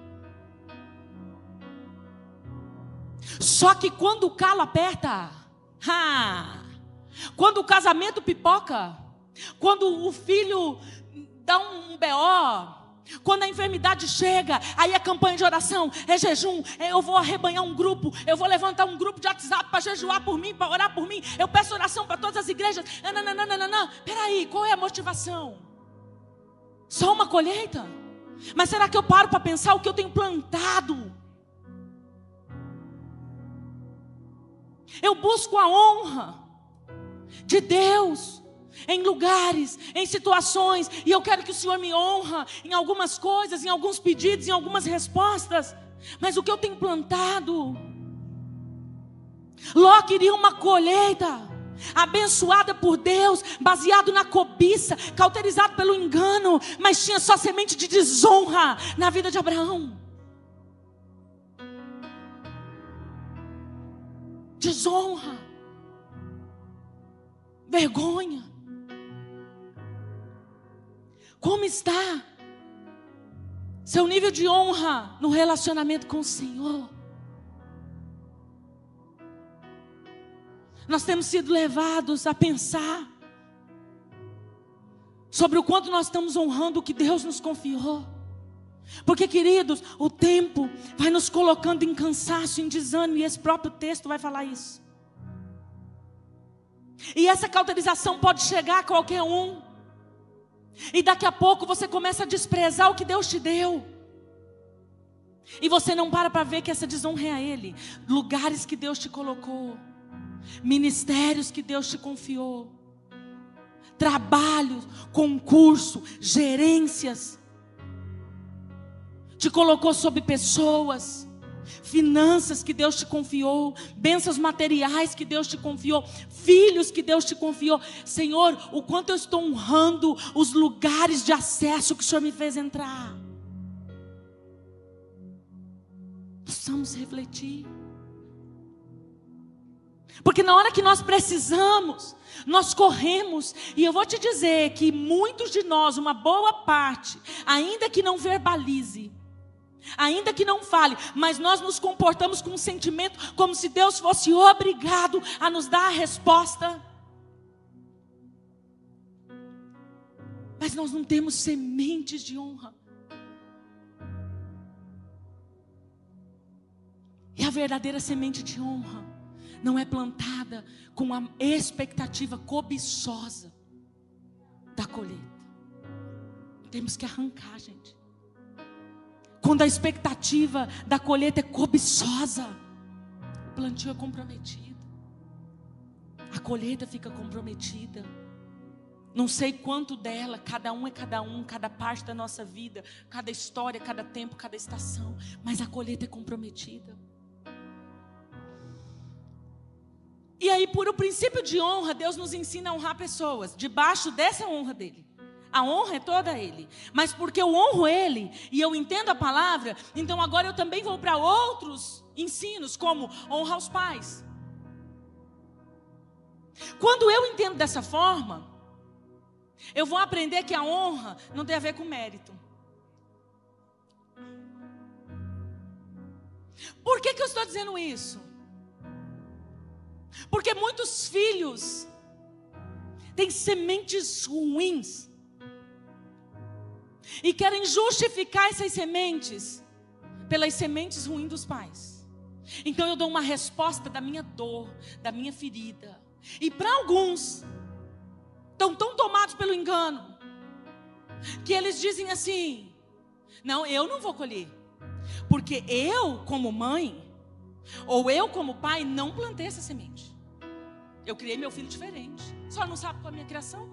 Só que quando o calo aperta, quando o casamento pipoca, quando o filho dá um BO, quando a enfermidade chega, aí é campanha de oração, é jejum, eu vou arrebanhar um grupo, eu vou levantar um grupo de WhatsApp para jejuar por mim, para orar por mim, eu peço oração para todas as igrejas. Não, peraí, qual é a motivação? Só uma colheita? Mas será que eu paro para pensar o que eu tenho plantado? Eu busco a honra de Deus em lugares, em situações, e eu quero que o Senhor me honra em algumas coisas, em alguns pedidos, em algumas respostas, mas o que eu tenho plantado? Ló queria uma colheita abençoada por Deus, baseado na cobiça, cauterizado pelo engano, mas tinha só semente de desonra na vida de Abraão. Desonra, vergonha. Como está seu nível de honra no relacionamento com o Senhor? Nós temos sido levados a pensar sobre o quanto nós estamos honrando o que Deus nos confiou. Porque, queridos, o tempo vai nos colocando em cansaço, em desânimo, e esse próprio texto vai falar isso. E essa cauterização pode chegar a qualquer um. E daqui a pouco você começa a desprezar o que Deus te deu. E você não para ver que essa desonra é a Ele. Lugares que Deus te colocou, ministérios que Deus te confiou, trabalhos, concurso, gerências, te colocou sobre pessoas, finanças que Deus te confiou, bênçãos materiais que Deus te confiou, filhos que Deus te confiou. Senhor, o quanto eu estou honrando os lugares de acesso que o Senhor me fez entrar. Precisamos refletir, porque na hora que nós precisamos, nós corremos. E eu vou te dizer que muitos de nós, uma boa parte, ainda que não verbalize, ainda que não fale, mas nós nos comportamos com um sentimento como se Deus fosse obrigado a nos dar a resposta. Mas nós não temos sementes de honra. E a verdadeira semente de honra não é plantada com a expectativa cobiçosa da colheita. Temos que arrancar, gente. Quando a expectativa da colheita é cobiçosa, o plantio é comprometido, a colheita fica comprometida. Não sei quanto dela, cada um é cada um, cada parte da nossa vida, cada história, cada tempo, cada estação, mas a colheita é comprometida. E aí, por o princípio de honra, Deus nos ensina a honrar pessoas debaixo dessa honra dele. A honra é toda a Ele. Mas porque eu honro Ele e eu entendo a palavra, então agora eu também vou para outros ensinos, como honra aos pais. Quando eu entendo dessa forma, eu vou aprender que a honra não tem a ver com mérito. Por que eu estou dizendo isso? Porque muitos filhos têm sementes ruins e querem justificar essas sementes pelas sementes ruins dos pais. Então eu dou uma resposta da minha dor, da minha ferida. E para alguns, estão tão tomados pelo engano, que eles dizem assim: não, eu não vou colher, porque eu como mãe, ou eu como pai, não plantei essa semente. Eu criei meu filho diferente. Só não sabe qual é a minha criação?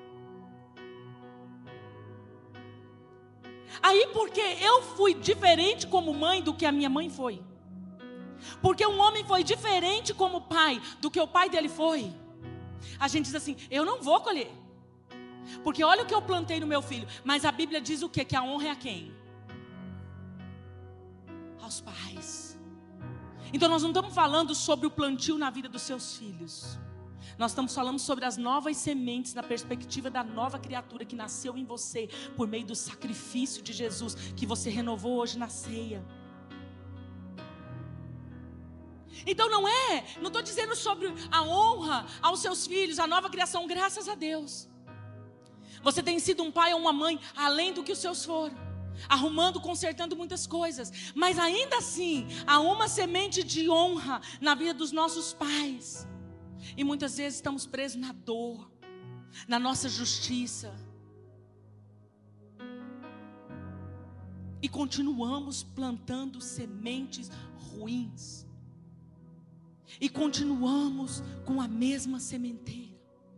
Aí porque eu fui diferente como mãe do que a minha mãe foi, porque um homem foi diferente como pai do que o pai dele foi, a gente diz assim: eu não vou colher. Porque olha o que eu plantei no meu filho. Mas a Bíblia diz o quê? Que a honra é a quem? Aos pais. Então nós não estamos falando sobre o plantio na vida dos seus filhos. Nós estamos falando sobre as novas sementes na perspectiva da nova criatura que nasceu em você por meio do sacrifício de Jesus que você renovou hoje na ceia. Então não estou dizendo sobre a honra aos seus filhos, a nova criação, graças a Deus. Você tem sido um pai ou uma mãe além do que os seus foram, arrumando, consertando muitas coisas, mas ainda assim há uma semente de honra na vida dos nossos pais. E muitas vezes estamos presos na dor, na nossa justiça. E continuamos plantando sementes ruins. E continuamos com a mesma sementeira.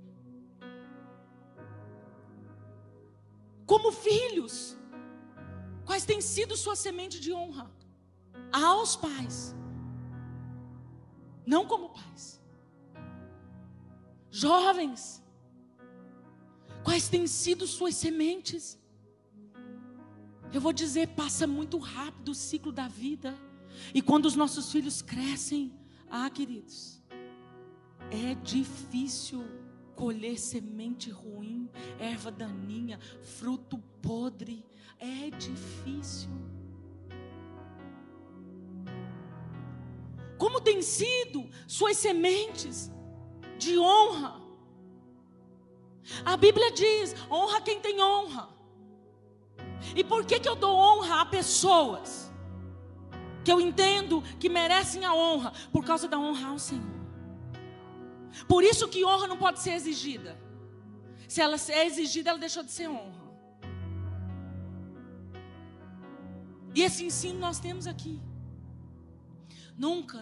Como filhos, quais tem sido sua semente de honra? Aos pais. Não como pais. Jovens, quais têm sido suas sementes? Eu vou dizer, passa muito rápido o ciclo da vida. E quando os nossos filhos crescem, queridos, é difícil colher semente ruim, erva daninha, fruto podre. É difícil. Como tem sido suas sementes de honra? A Bíblia diz: honra quem tem honra. E por que eu dou honra a pessoas que eu entendo que merecem a honra? Por causa da honra ao Senhor. Por isso que honra não pode ser exigida. Se ela é exigida, ela deixou de ser honra. E esse ensino nós temos aqui. Nunca.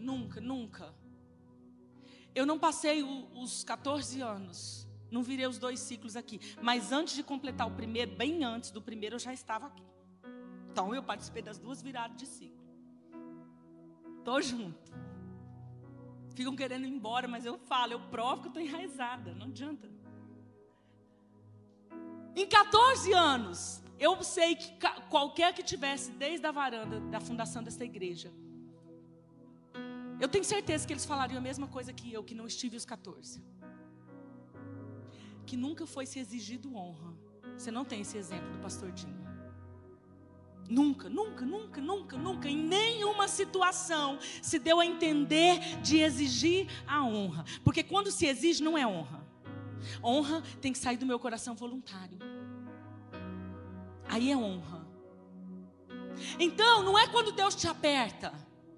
Eu não passei os 14 anos. Não virei os 2 ciclos aqui. Mas antes de completar o primeiro, bem antes do primeiro, eu já estava aqui. Então eu participei das 2 viradas de ciclo. Estou junto. Ficam querendo ir embora, mas eu falo, eu provo que eu estou enraizada. Não adianta. Em 14 anos, eu sei que qualquer que tivesse desde a varanda da fundação desta igreja, eu tenho certeza que eles falariam a mesma coisa que eu, que não estive os 14. Que nunca foi se exigido honra. Você não tem esse exemplo do pastor Dinho. Nunca. Em nenhuma situação se deu a entender de exigir a honra. Porque quando se exige, não é honra. Honra tem que sair do meu coração voluntário. Aí é honra. Então, não é quando Deus te aperta.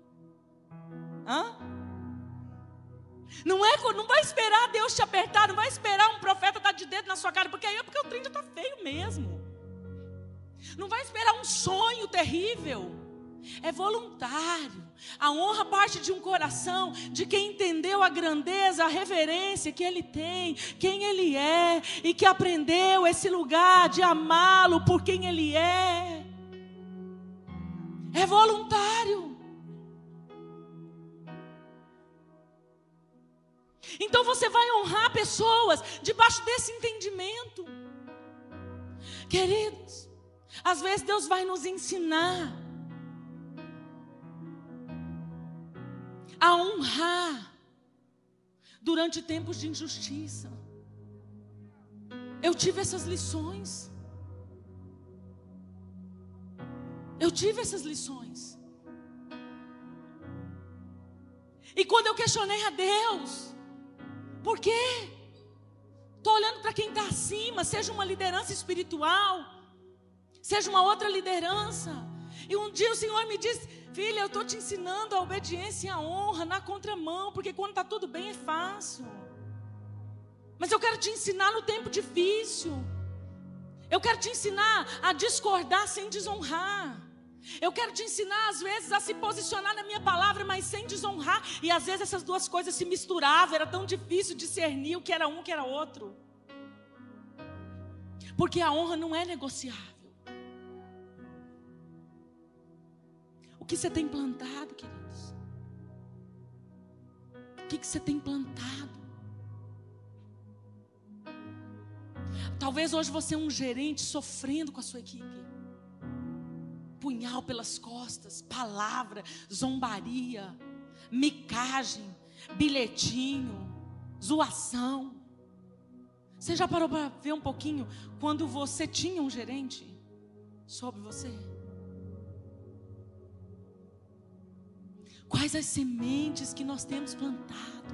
Não vai esperar Deus te apertar. Não vai esperar um profeta dar de dedo na sua cara. Porque aí é porque o trem já está feio mesmo. Não vai esperar um sonho terrível. É voluntário. A honra parte de um coração de quem entendeu a grandeza, a reverência que ele tem, quem ele é, e que aprendeu esse lugar de amá-lo por quem ele é. É voluntário. Então você vai honrar pessoas debaixo desse entendimento. Queridos, às vezes Deus vai nos ensinar a honrar durante tempos de injustiça. Eu tive essas lições. E quando eu questionei a Deus, por quê? Estou olhando para quem está acima, seja uma liderança espiritual, seja uma outra liderança. E um dia o Senhor me disse: filha, eu estou te ensinando a obediência e a honra na contramão, porque quando está tudo bem é fácil. Mas eu quero te ensinar no tempo difícil. Eu quero te ensinar a discordar sem desonrar. Eu quero te ensinar às vezes a se posicionar na minha palavra, mas sem desonrar. E às vezes essas duas coisas se misturavam. Era tão difícil discernir o que era um, o que era outro. Porque a honra não é negociável. O que você tem plantado, queridos? O que você tem plantado? Talvez hoje você é um gerente sofrendo com a sua equipe. Punhal pelas costas, palavra, zombaria, micagem, bilhetinho, zoação. Você já parou para ver um pouquinho quando você tinha um gerente sobre você? Quais as sementes que nós temos plantado?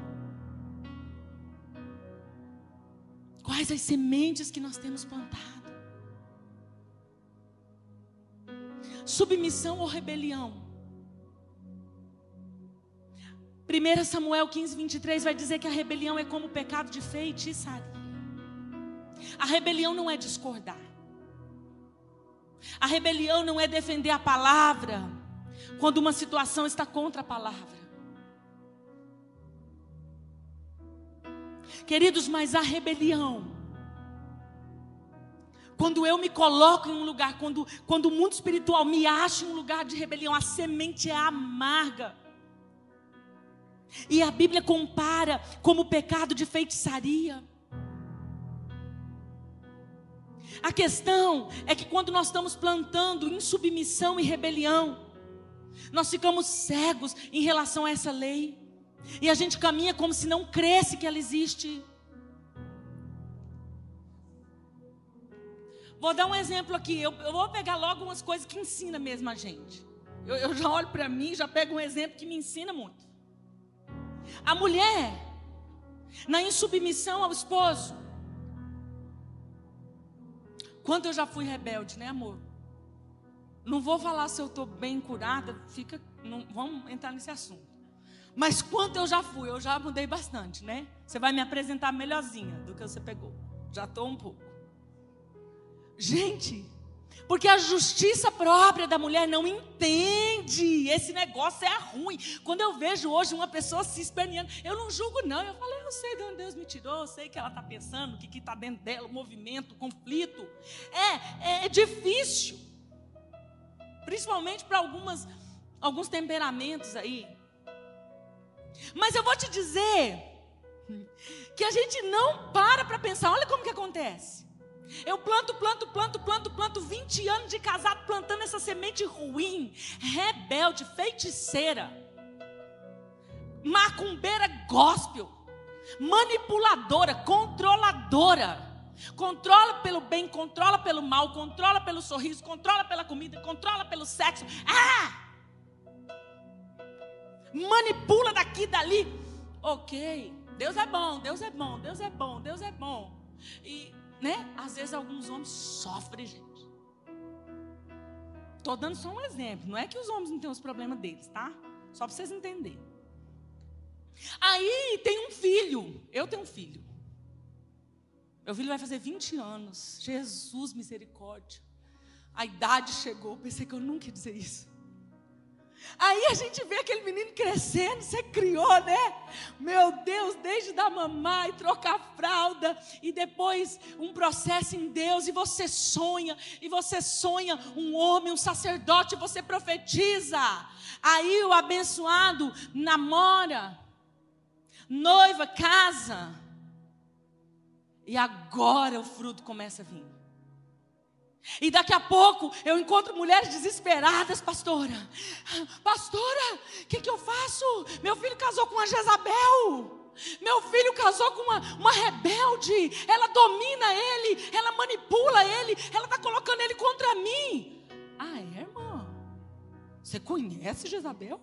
Quais as sementes que nós temos plantado? Submissão ou rebelião? 1 Samuel 15:23 vai dizer que a rebelião é como o pecado de feitiçaria. A rebelião não é discordar. A rebelião não é defender a palavra quando uma situação está contra a palavra. Queridos, mas a rebelião, quando eu me coloco em um lugar, quando o mundo espiritual me acha em um lugar de rebelião, a semente é amarga. E a Bíblia compara como pecado de feitiçaria. A questão é que quando nós estamos plantando insubmissão e rebelião, nós ficamos cegos em relação a essa lei. E a gente caminha como se não cresce que ela existe. Vou dar um exemplo aqui. Eu vou pegar logo umas coisas que ensinam mesmo a gente. Eu já olho para mim, já pego um exemplo que me ensina muito. A mulher, na insubmissão ao esposo. Quando eu já fui rebelde, né, amor? Não vou falar se eu estou bem curada, não vamos entrar nesse assunto. Mas quando eu já mudei bastante, né? Você vai me apresentar melhorzinha do que você pegou. Já estou um pouco. Gente, porque a justiça própria da mulher não entende. Esse negócio é ruim. Quando eu vejo hoje uma pessoa se esperneando, eu não julgo não. Eu falei, eu sei de onde Deus me tirou, eu sei o que ela está pensando, o que está dentro dela, o movimento, o conflito. É difícil. Principalmente para alguns temperamentos aí. Mas eu vou te dizer que a gente não para pensar. Olha como que acontece. Eu planto 20 anos de casado, plantando essa semente ruim, rebelde, feiticeira, macumbeira gospel, manipuladora, controladora. Controla pelo bem, controla pelo mal, controla pelo sorriso, controla pela comida, controla pelo sexo. Manipula daqui e dali. Ok, Deus é bom, Deus é bom, Deus é bom, Deus é bom. E, né, às vezes alguns homens sofrem, gente. Estou dando só um exemplo. Não é que os homens não têm os problemas deles, tá? Só para vocês entenderem. Aí tem um filho. Eu tenho um filho. Meu filho vai fazer 20 anos. Jesus, misericórdia. A idade chegou. Pensei que eu nunca ia dizer isso. Aí a gente vê aquele menino crescendo. Você criou, né? Meu Deus, desde dar mamar e trocar fralda. E depois um processo em Deus. E você sonha. E você sonha um homem, um sacerdote. E você profetiza. Aí o abençoado namora. Noiva, casa. E agora o fruto começa a vir. E daqui a pouco eu encontro mulheres desesperadas, pastora. Pastora, o que eu faço? Meu filho casou com uma Jezabel. Meu filho casou com uma rebelde. Ela domina ele, ela manipula ele, ela está colocando ele contra mim. Ah, é, irmã? Você conhece Jezabel?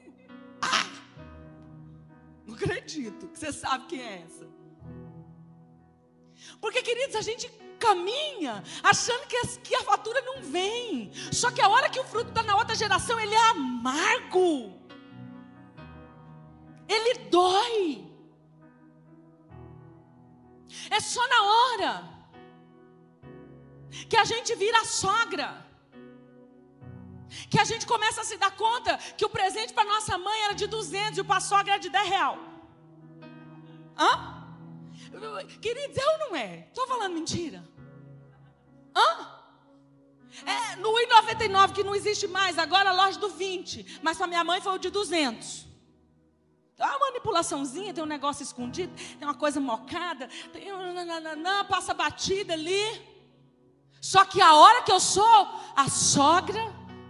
Não acredito que você sabe quem é essa. Porque, queridos, a gente caminha achando que a fatura não vem. Só que a hora que o fruto está na outra geração, ele é amargo. Ele dói. É só na hora que a gente vira a sogra, que a gente começa a se dar conta que o presente para nossa mãe era de 200 e para a sogra era de R$10. Queridos, é ou não é? Estou falando mentira? É no I99 que não existe mais, agora a loja do 20. Mas para minha mãe foi o de 200. Tem uma manipulaçãozinha, tem um negócio escondido, tem uma coisa mocada, tem passa batida ali. Só que a hora que eu sou a sogra,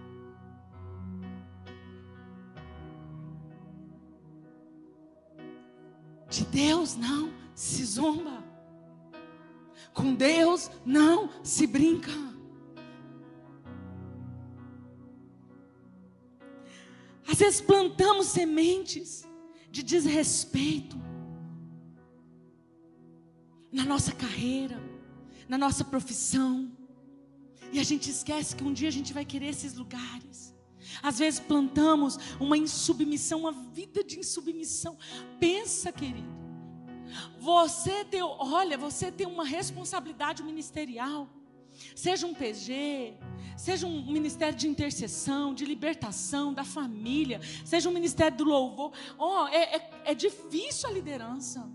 de Deus não se zomba, com Deus não se brinca. Às vezes plantamos sementes de desrespeito na nossa carreira, na nossa profissão, e a gente esquece que um dia a gente vai querer esses lugares. Às vezes plantamos uma insubmissão, uma vida de insubmissão. Pensa, querido, você tem uma responsabilidade ministerial, seja um PG, seja um ministério de intercessão, de libertação da família, seja um ministério do louvor. É difícil a liderança.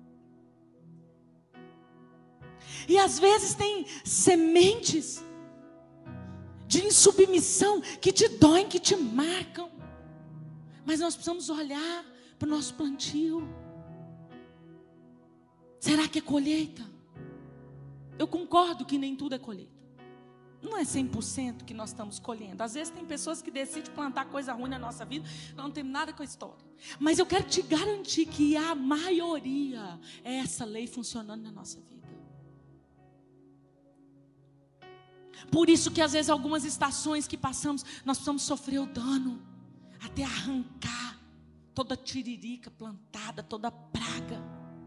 E às vezes tem sementes de insubmissão que te doem, que te marcam. Mas nós precisamos olhar para o nosso plantio. Será que é colheita? Eu concordo que nem tudo é colheita. Não é 100% que nós estamos colhendo. Às vezes tem pessoas que decidem plantar coisa ruim na nossa vida, não tem nada com a história. Mas eu quero te garantir que a maioria é essa lei funcionando na nossa vida. Por isso que às vezes algumas estações que passamos, nós precisamos sofrer o dano, até arrancar toda tiririca plantada, toda praga.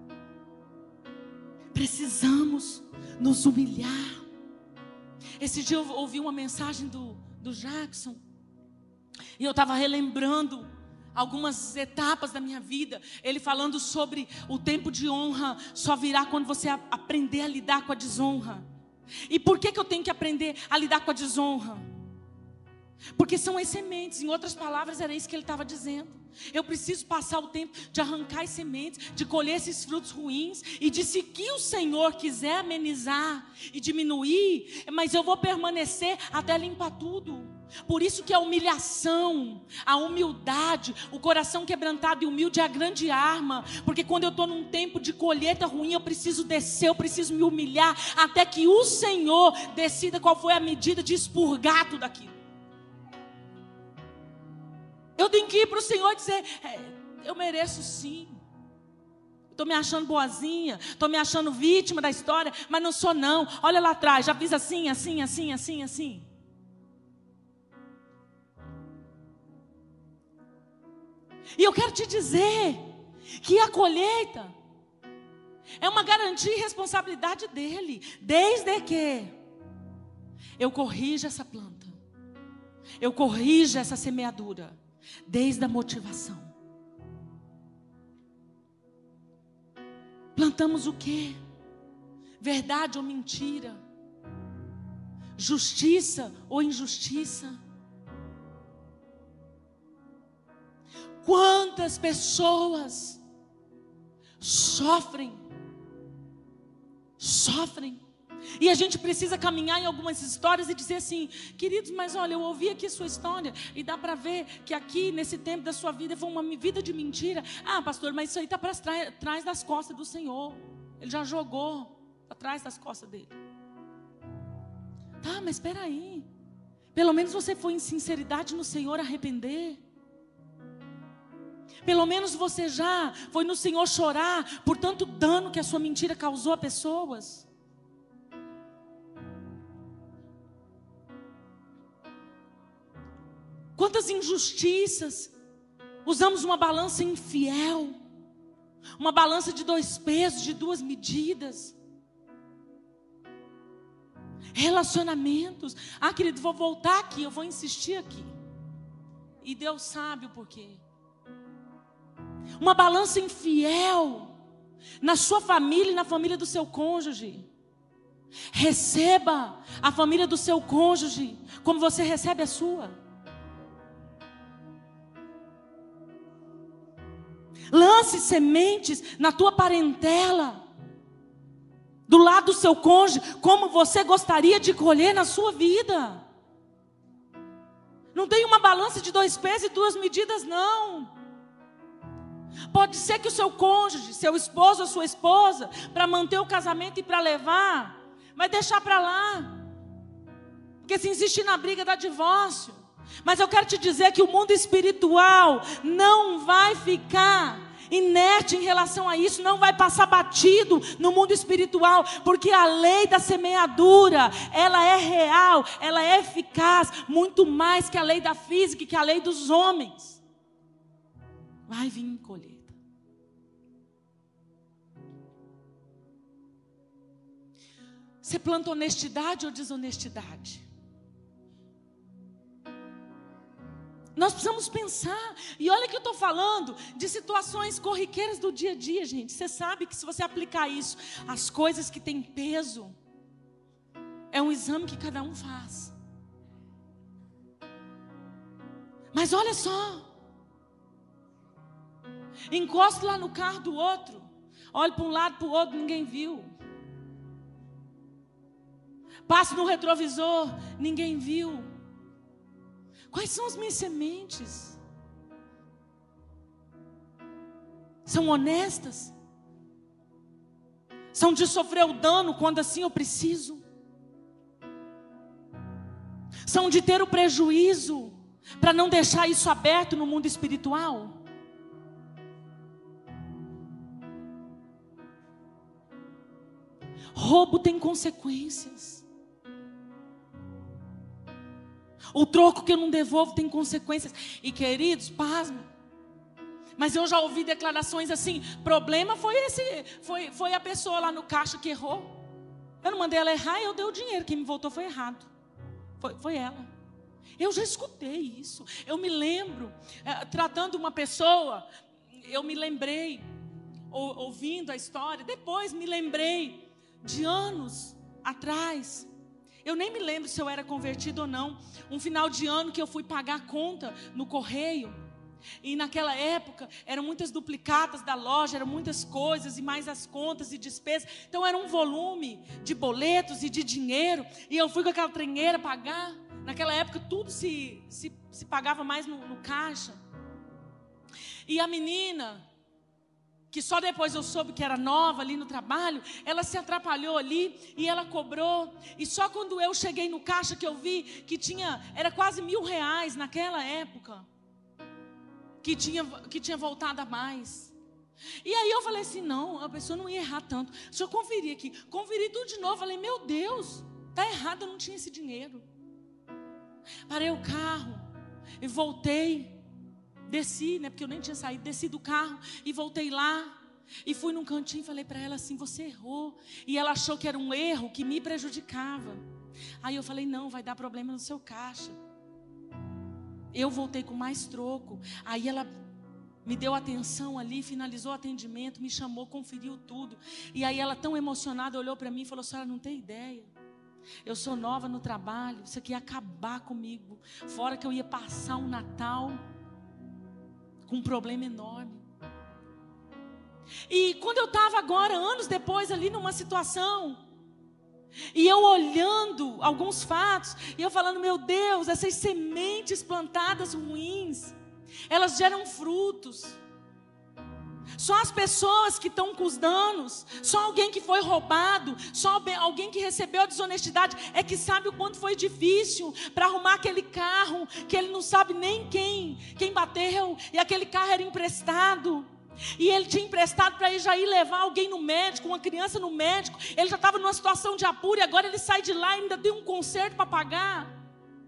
Precisamos nos humilhar. Esse dia eu ouvi uma mensagem do Jackson, e eu estava relembrando algumas etapas da minha vida. Ele falando sobre o tempo de honra só virá quando você aprender a lidar com a desonra. E por que eu tenho que aprender a lidar com a desonra? Porque são as sementes. Em outras palavras, era isso que ele estava dizendo. Eu preciso passar o tempo de arrancar as sementes, de colher esses frutos ruins, e de seguir o Senhor quiser amenizar e diminuir, mas eu vou permanecer até limpar tudo. Por isso que a humilhação, a humildade, o coração quebrantado e humilde é a grande arma. Porque quando eu estou num tempo de colheita ruim, eu preciso descer, eu preciso me humilhar, até que o Senhor decida qual foi a medida de expurgar tudo aquilo. Eu tenho que ir para o Senhor e dizer: eu mereço sim. Estou me achando boazinha, estou me achando vítima da história, mas não sou não. Olha lá atrás, já fiz assim, assim, assim, assim, assim. E eu quero te dizer que a colheita é uma garantia e responsabilidade dele, desde que eu corrija essa planta, eu corrija essa semeadura, desde a motivação. Plantamos o quê? Verdade ou mentira? Justiça ou injustiça? Quantas pessoas sofrem, e a gente precisa caminhar em algumas histórias e dizer assim: queridos, mas olha, eu ouvi aqui a sua história, e dá para ver que aqui nesse tempo da sua vida foi uma vida de mentira. Ah, pastor, mas isso aí está para trás das costas do Senhor, Ele já jogou para trás das costas dele. Tá, mas espera aí, pelo menos você foi em sinceridade no Senhor arrepender. Pelo menos você já foi no Senhor chorar por tanto dano que a sua mentira causou a pessoas. Quantas injustiças, usamos uma balança infiel, uma balança de 2 pesos, de 2 medidas. Relacionamentos, querido, vou voltar aqui, eu vou insistir aqui, e Deus sabe o porquê. Uma balança infiel na sua família e na família do seu cônjuge. Receba a família do seu cônjuge como você recebe a sua. Lance sementes na tua parentela, do lado do seu cônjuge, como você gostaria de colher na sua vida. Não tem uma balança de 2 pesos e 2 medidas, não. Pode ser que o seu cônjuge, seu esposo ou sua esposa, para manter o casamento e para levar, vai deixar para lá. Porque se insistir na briga dá divórcio. Mas eu quero te dizer que o mundo espiritual não vai ficar inerte em relação a isso, não vai passar batido no mundo espiritual, porque a lei da semeadura, ela é real, ela é eficaz, muito mais que a lei da física, que a lei dos homens. Vai vir colheita. Você planta honestidade ou desonestidade? Nós precisamos pensar, e olha que eu estou falando de situações corriqueiras do dia a dia, gente. Você sabe que se você aplicar isso, as coisas que têm peso, é um exame que cada um faz. Mas olha só, encosto lá no carro do outro, olho para um lado, para o outro, ninguém viu. Passo no retrovisor, ninguém viu. Quais são as minhas sementes? São honestas? São de sofrer o dano quando assim eu preciso? São de ter o prejuízo para não deixar isso aberto no mundo espiritual? Roubo tem consequências. O troco que eu não devolvo tem consequências. E queridos, pasmem, mas eu já ouvi declarações assim: problema foi a pessoa lá no caixa que errou. Eu não mandei ela errar, eu dei o dinheiro. Quem me voltou foi errado. Foi ela. Eu já escutei isso. Eu me lembro, tratando uma pessoa, eu me lembrei, ouvindo a história, depois me lembrei de anos atrás. Eu nem me lembro se eu era convertido ou não. Um final de ano que eu fui pagar a conta no correio. E naquela época, eram muitas duplicatas da loja, eram muitas coisas, e mais as contas e despesas. Então era um volume de boletos e de dinheiro. E eu fui com aquela trenheira pagar. Naquela época tudo se pagava mais no caixa. E a menina, que só depois eu soube que era nova ali no trabalho, ela se atrapalhou ali e ela cobrou. E só quando eu cheguei no caixa que eu vi que era quase R$1.000 naquela época, que tinha voltado a mais. E aí eu falei assim: não, a pessoa não ia errar tanto. Deixa eu conferir aqui. Conferi tudo de novo. Falei: meu Deus, está errado, eu não tinha esse dinheiro. Parei o carro e voltei. Desci, né, porque eu nem tinha saído, desci do carro e voltei lá. E fui num cantinho e falei para ela assim: você errou. E ela achou que era um erro que me prejudicava. Aí eu falei: não, vai dar problema no seu caixa. Eu voltei com mais troco. Aí ela me deu atenção ali, finalizou o atendimento, me chamou, conferiu tudo. E aí ela, tão emocionada, olhou para mim e falou: a senhora não tem ideia, eu sou nova no trabalho, isso aqui ia acabar comigo. Fora que eu ia passar um Natal com um problema enorme. E quando eu estava agora, anos depois, ali numa situação, e eu olhando alguns fatos, e eu falando: meu Deus, essas sementes plantadas ruins, elas geram frutos. Só as pessoas que estão com os danos, só alguém que foi roubado, só alguém que recebeu a desonestidade é que sabe o quanto foi difícil para arrumar aquele carro que ele não sabe nem quem bateu, e aquele carro era emprestado. E ele tinha emprestado para já ir levar alguém no médico, uma criança no médico. Ele já estava numa situação de apuro, e agora ele sai de lá e ainda tem um conserto para pagar.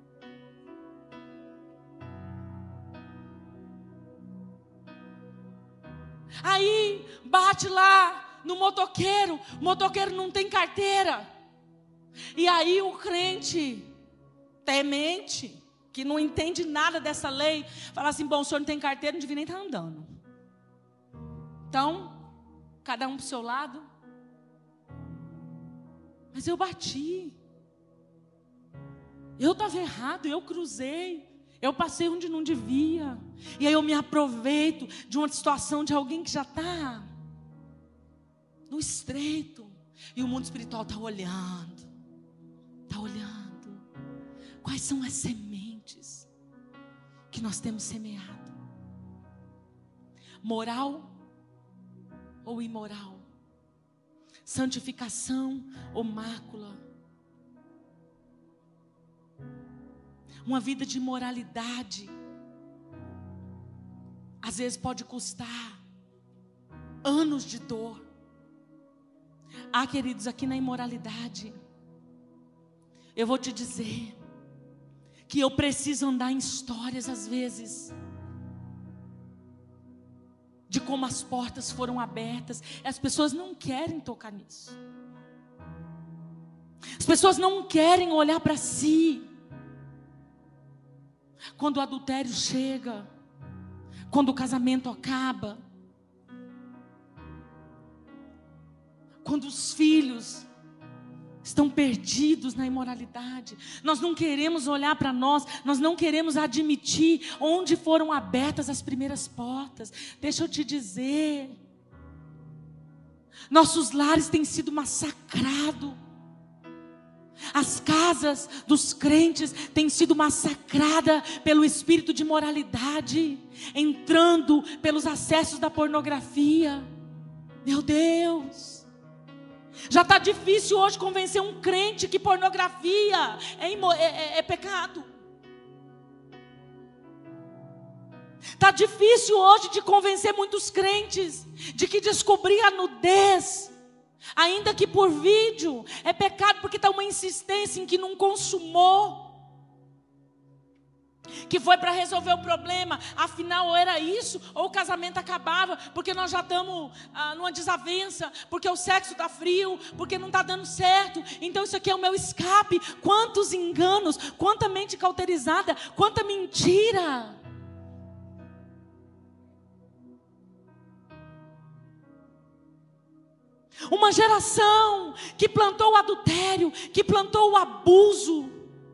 Aí bate lá no motoqueiro, o motoqueiro não tem carteira. E aí o crente temente, que não entende nada dessa lei, fala assim: bom, o senhor não tem carteira, não devia nem estar andando. Então, cada um para o seu lado. Mas eu bati. Eu estava errado, eu cruzei. Eu passei onde não devia. E aí eu me aproveito de uma situação de alguém que já está no estreito. E o mundo espiritual está olhando. Está olhando. Quais são as sementes que nós temos semeado? Moral ou imoral? Santificação ou mácula? Uma vida de imoralidade, às vezes pode custar anos de dor. Queridos, aqui na imoralidade, eu vou te dizer que eu preciso andar em histórias às vezes, de como as portas foram abertas. As pessoas não querem tocar nisso. As pessoas não querem olhar para si. Quando o adultério chega, quando o casamento acaba, quando os filhos estão perdidos na imoralidade, nós não queremos olhar para nós não queremos admitir onde foram abertas as primeiras portas. Deixa eu te dizer, nossos lares têm sido massacrados. As casas dos crentes têm sido massacradas pelo espírito de imoralidade, entrando pelos acessos da pornografia. Meu Deus, já está difícil hoje convencer um crente que pornografia é pecado. Está difícil hoje de convencer muitos crentes de que descobrir a nudez, ainda que por vídeo, é pecado, porque está uma insistência em que não consumou, que foi para resolver o problema. Afinal, ou era isso, ou o casamento acabava, porque nós já estamos numa desavença, porque o sexo está frio, porque não está dando certo, então isso aqui é o meu escape. Quantos enganos, quanta mente cauterizada, quanta mentira. Uma geração que plantou o adultério, que plantou o abuso,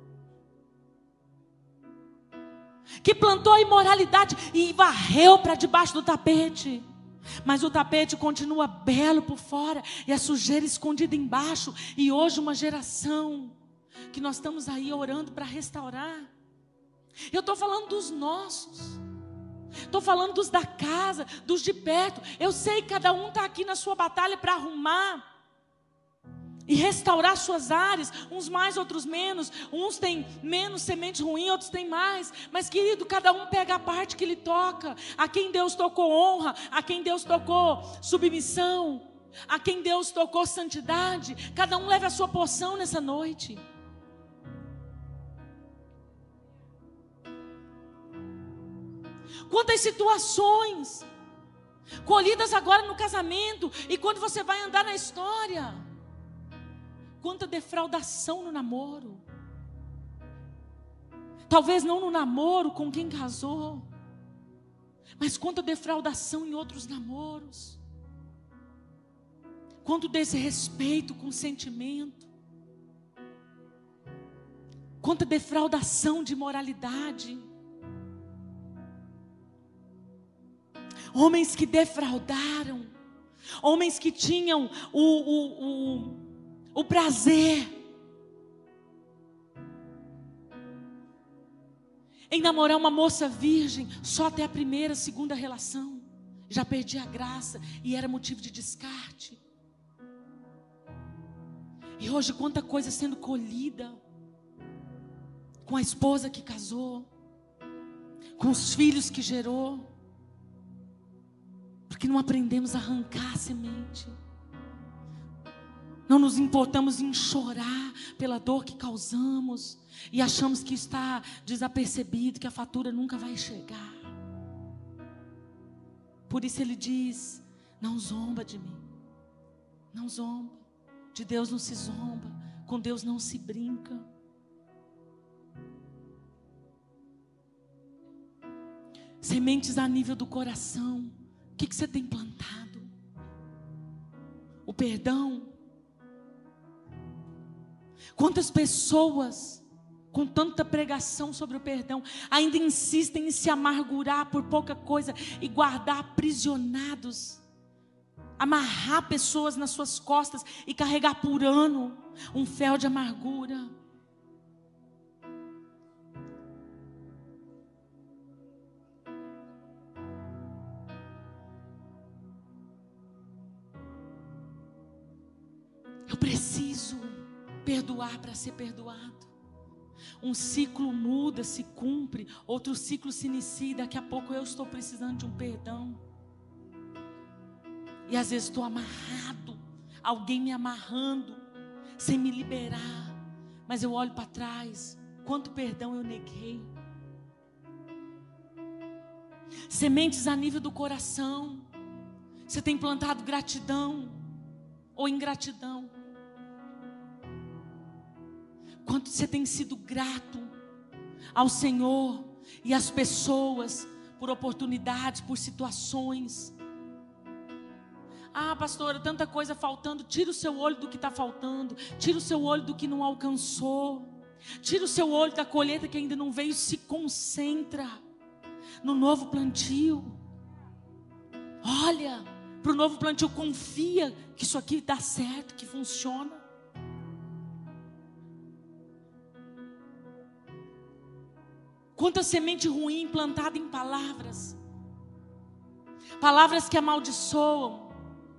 que plantou a imoralidade e varreu para debaixo do tapete. Mas o tapete continua belo por fora e a sujeira escondida embaixo. E hoje uma geração que nós estamos aí orando para restaurar. Eu estou falando dos nossos. Estou falando dos da casa, dos de perto. Eu sei que cada um está aqui na sua batalha para arrumar e restaurar suas áreas, uns mais, outros menos. Uns têm menos semente ruim, outros têm mais. Mas, querido, cada um pega a parte que lhe toca. A quem Deus tocou honra, a quem Deus tocou submissão, a quem Deus tocou santidade. Cada um leva a sua porção nessa noite. Quantas situações colhidas agora no casamento, e quando você vai andar na história, quanta defraudação no namoro. Talvez não no namoro com quem casou, mas quanta defraudação em outros namoros. Quanto desrespeito com sentimento. Quanta defraudação de moralidade. Homens que defraudaram, homens que tinham o prazer em namorar uma moça virgem só até a primeira, segunda relação, já perdia a graça e era motivo de descarte. E hoje quanta coisa sendo colhida com a esposa que casou, com os filhos que gerou, porque não aprendemos a arrancar a semente. Não nos importamos em chorar pela dor que causamos e achamos que está desapercebido, que a fatura nunca vai chegar. Por isso ele diz: não zomba de mim, não zomba. De Deus não se zomba, com Deus não se brinca. Sementes a nível do coração. O que você tem plantado? O perdão. Quantas pessoas, com tanta pregação sobre o perdão, ainda insistem em se amargurar por pouca coisa e guardar aprisionados, amarrar pessoas nas suas costas e carregar por ano um fel de amargura. Eu preciso perdoar para ser perdoado. um ciclo muda, se cumpre, outro ciclo se inicia, e daqui a pouco eu estou precisando de um perdão. E às vezes estou amarrado, alguém me amarrando, sem me liberar. Mas eu olho para trás, quanto perdão eu neguei. Sementes a nível do coração. Você tem plantado gratidão ou ingratidão? Quanto você tem sido grato ao Senhor e às pessoas por oportunidades, por situações? Ah, pastora, tanta coisa faltando. Tira o seu olho do que está faltando. Tira o seu olho do que não alcançou. Tira o seu olho da colheita que ainda não veio. Se concentra no novo plantio. Olha para o novo plantio. Confia que isso aqui dá certo, que funciona. Quanta semente ruim plantada em palavras. Palavras que amaldiçoam.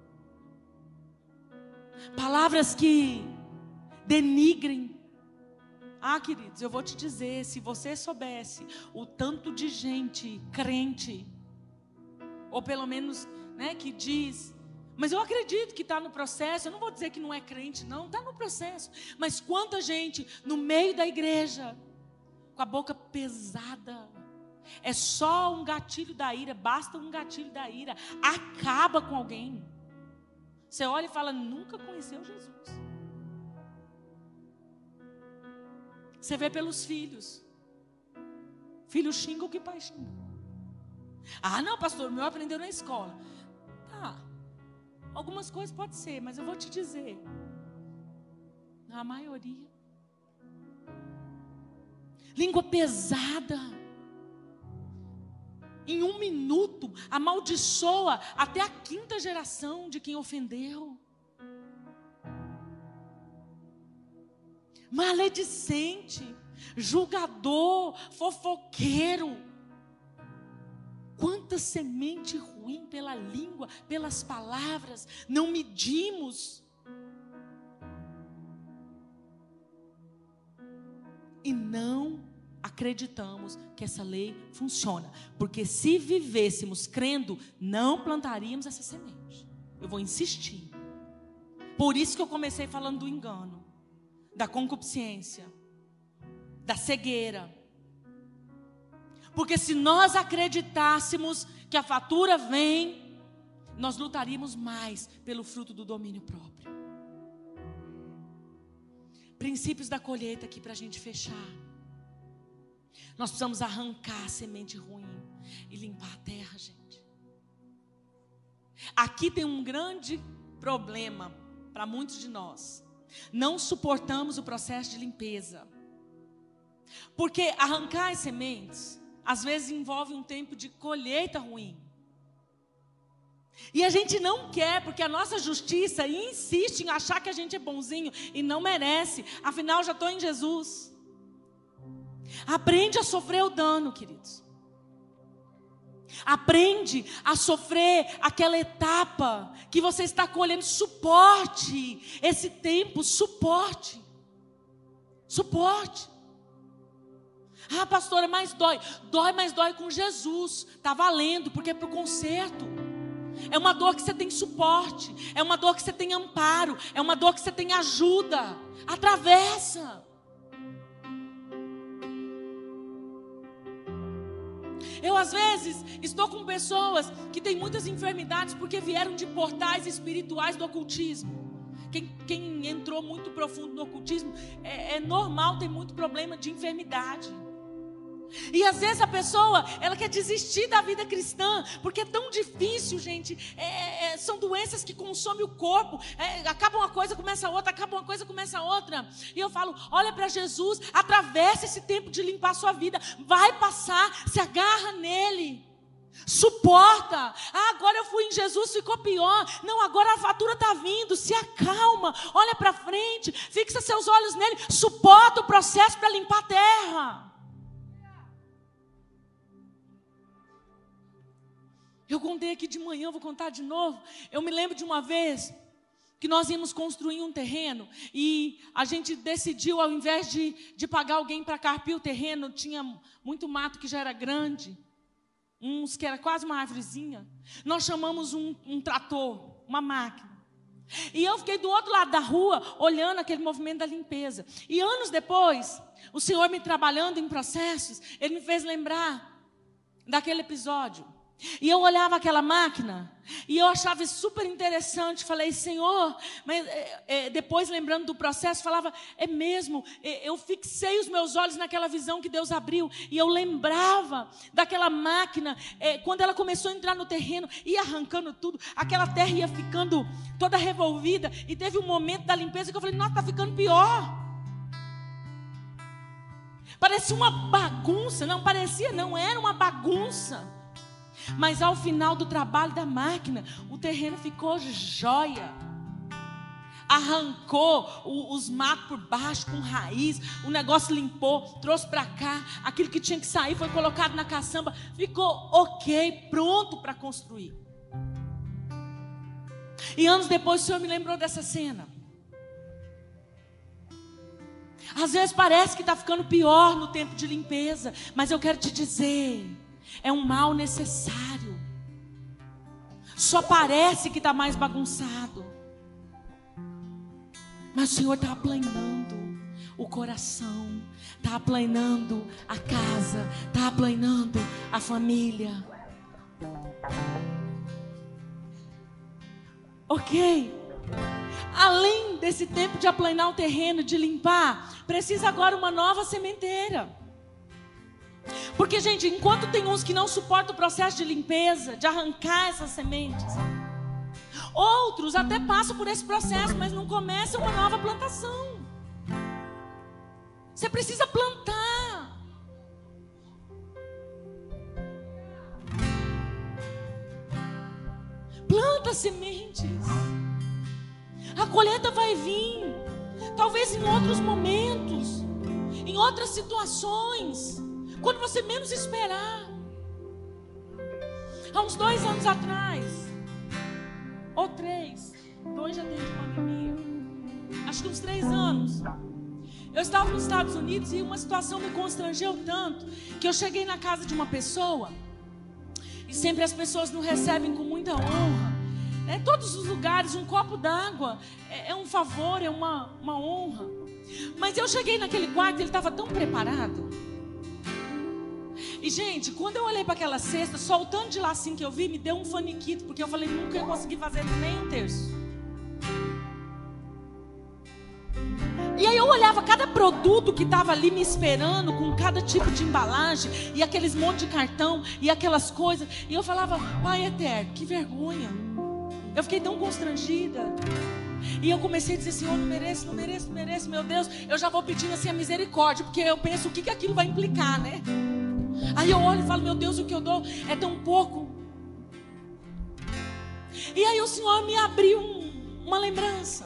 Palavras que denigrem. Ah, queridos, eu vou te dizer, se você soubesse o tanto de gente crente, ou pelo menos, né, que diz, mas eu acredito que está no processo, eu não vou dizer que não é crente, não, está no processo, mas quanta gente no meio da igreja, com a boca pesada, é só um gatilho da ira, basta um gatilho da ira, acaba com alguém. Você olha e fala, nunca conheceu Jesus. Você vê pelos filhos. Filho xinga o que pai xinga. Ah, não, pastor, o meu aprendeu na escola. Tá, algumas coisas pode ser, mas eu vou te dizer, a maioria. Língua pesada. Em 1 minuto, amaldiçoa até a 5ª geração de quem ofendeu. Maledicente, julgador, fofoqueiro. Quanta semente ruim pela língua, pelas palavras, não medimos. E não acreditamos que essa lei funciona. Porque se vivêssemos crendo, não plantaríamos essa semente. Eu vou insistir. Por isso que eu comecei falando do engano, da concupiscência, da cegueira. Porque se nós acreditássemos que a fatura vem, nós lutaríamos mais pelo fruto do domínio próprio. Princípios da colheita aqui para a gente fechar. Nós precisamos arrancar a semente ruim e limpar a terra, gente. Aqui tem um grande problema para muitos de nós. Não suportamos o processo de limpeza. Porque arrancar as sementes, às vezes envolve um tempo de colheita ruim. E a gente não quer, porque a nossa justiça insiste em achar que a gente é bonzinho e não merece. Afinal, já estou em Jesus. Aprende a sofrer o dano, queridos. Aprende a sofrer aquela etapa que você está colhendo. Suporte esse tempo, suporte. Suporte. Ah, pastora, mas dói. Dói, mas dói com Jesus. Está valendo, porque é para o conserto. É uma dor que você tem suporte. É uma dor que você tem amparo. É uma dor que você tem ajuda. Atravessa. Eu às vezes estou com pessoas que têm muitas enfermidades porque vieram de portais espirituais do ocultismo. Quem entrou muito profundo no ocultismo, é normal ter muito problema de enfermidade. E às vezes a pessoa, ela quer desistir da vida cristã, porque é tão difícil, gente. São doenças que consomem o corpo. Acaba uma coisa, começa outra, acaba uma coisa, começa outra. E eu falo, olha para Jesus, atravessa esse tempo de limpar a sua vida. Vai passar, se agarra nele. Suporta. Ah, agora eu fui em Jesus, ficou pior. Não, agora a fatura está vindo. Se acalma, olha para frente, fixa seus olhos nele. Suporta o processo para limpar a terra. Eu contei aqui de manhã, vou contar de novo. Eu me lembro de uma vez que nós íamos construir um terreno e a gente decidiu, ao invés de pagar alguém para carpir o terreno, tinha muito mato que já era grande, uns que era quase uma árvorezinha, nós chamamos um trator, uma máquina. E eu fiquei do outro lado da rua, olhando aquele movimento da limpeza. E anos depois, o Senhor me trabalhando em processos, Ele me fez lembrar daquele episódio. E eu olhava aquela máquina e eu achava isso super interessante. Falei, Senhor, mas depois lembrando do processo, falava, é mesmo, eu fixei os meus olhos naquela visão que Deus abriu. E eu lembrava daquela máquina, quando ela começou a entrar no terreno, ia arrancando tudo, aquela terra ia ficando toda revolvida. E teve um momento da limpeza que eu falei, nossa, está ficando pior. Parecia uma bagunça, não parecia, não era uma bagunça. Mas ao final do trabalho da máquina, o terreno ficou jóia. Arrancou os matos por baixo com raiz, o negócio limpou, trouxe para cá, aquilo que tinha que sair foi colocado na caçamba, ficou ok, pronto para construir. E anos depois o Senhor me lembrou dessa cena. Às vezes parece que está ficando pior no tempo de limpeza, mas eu quero te dizer, é um mal necessário. Só parece que está mais bagunçado, mas o Senhor está aplanando o coração, está aplanando a casa, está aplanando a família. Ok? Além desse tempo de aplanar o terreno, de limpar, precisa agora uma nova sementeira. Porque, gente, enquanto tem uns que não suportam o processo de limpeza, de arrancar essas sementes, outros até passam por esse processo, mas não começam uma nova plantação. Você precisa plantar. Planta sementes. A colheita vai vir, talvez em outros momentos, em outras situações, quando você menos esperar. Há uns 2 anos atrás, ou 3, 2 já tem de pandemia, acho que uns 3 anos, eu estava nos Estados Unidos e uma situação me constrangeu tanto, que eu cheguei na casa de uma pessoa, e sempre as pessoas nos recebem com muita honra. Todos os lugares, um copo d'água é um favor, é uma honra. Mas eu cheguei naquele quarto e ele estava tão preparado. E, gente, quando eu olhei para aquela cesta, só o tanto de lacinho que eu vi me deu um faniquito, porque eu falei, nunca ia conseguir fazer nem um terço. E aí eu olhava cada produto que estava ali me esperando, com cada tipo de embalagem, e aqueles monte de cartão, e aquelas coisas, e eu falava, Pai eterno, que vergonha. Eu fiquei tão constrangida. E eu comecei a dizer, Senhor, não mereço, não mereço, não mereço, meu Deus. Eu já vou pedindo assim a misericórdia, porque eu penso o que aquilo vai implicar, né? Aí eu olho e falo, meu Deus, o que eu dou é tão pouco. E aí o Senhor me abriu uma lembrança.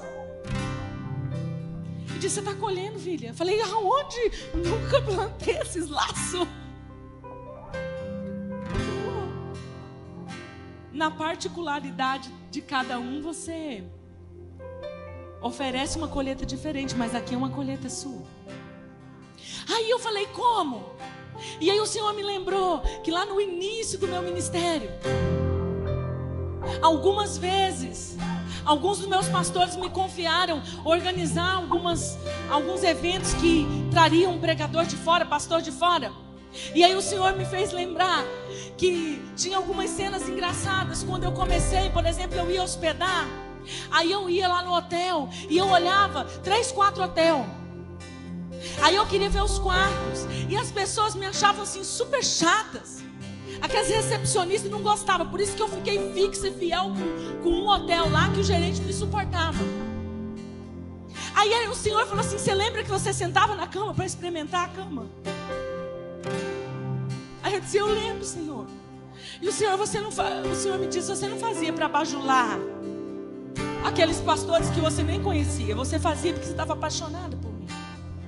E disse, você está colhendo, filha? Eu falei, aonde? Nunca plantei esses laços. Na particularidade de cada um, você oferece uma colheita diferente, mas aqui é uma colheita sua. Aí eu falei, como? E aí o Senhor me lembrou que lá no início do meu ministério, algumas vezes, alguns dos meus pastores me confiaram organizar alguns eventos que trariam um pregador de fora, pastor de fora. E aí o Senhor me fez lembrar que tinha algumas cenas engraçadas. Quando eu comecei, por exemplo, eu ia hospedar. Aí eu ia lá no hotel e eu olhava 3, 4 hotéis. Aí eu queria ver os quartos. E as pessoas me achavam assim super chatas. Aquelas recepcionistas não gostavam. Por isso que eu fiquei fixa e fiel com um hotel lá que o gerente me suportava. Aí o Senhor falou assim, você lembra que você sentava na cama para experimentar a cama? Aí eu disse, eu lembro, Senhor. E o Senhor me disse, você não fazia para bajular aqueles pastores que você nem conhecia. Você fazia porque você estava apaixonado por mim.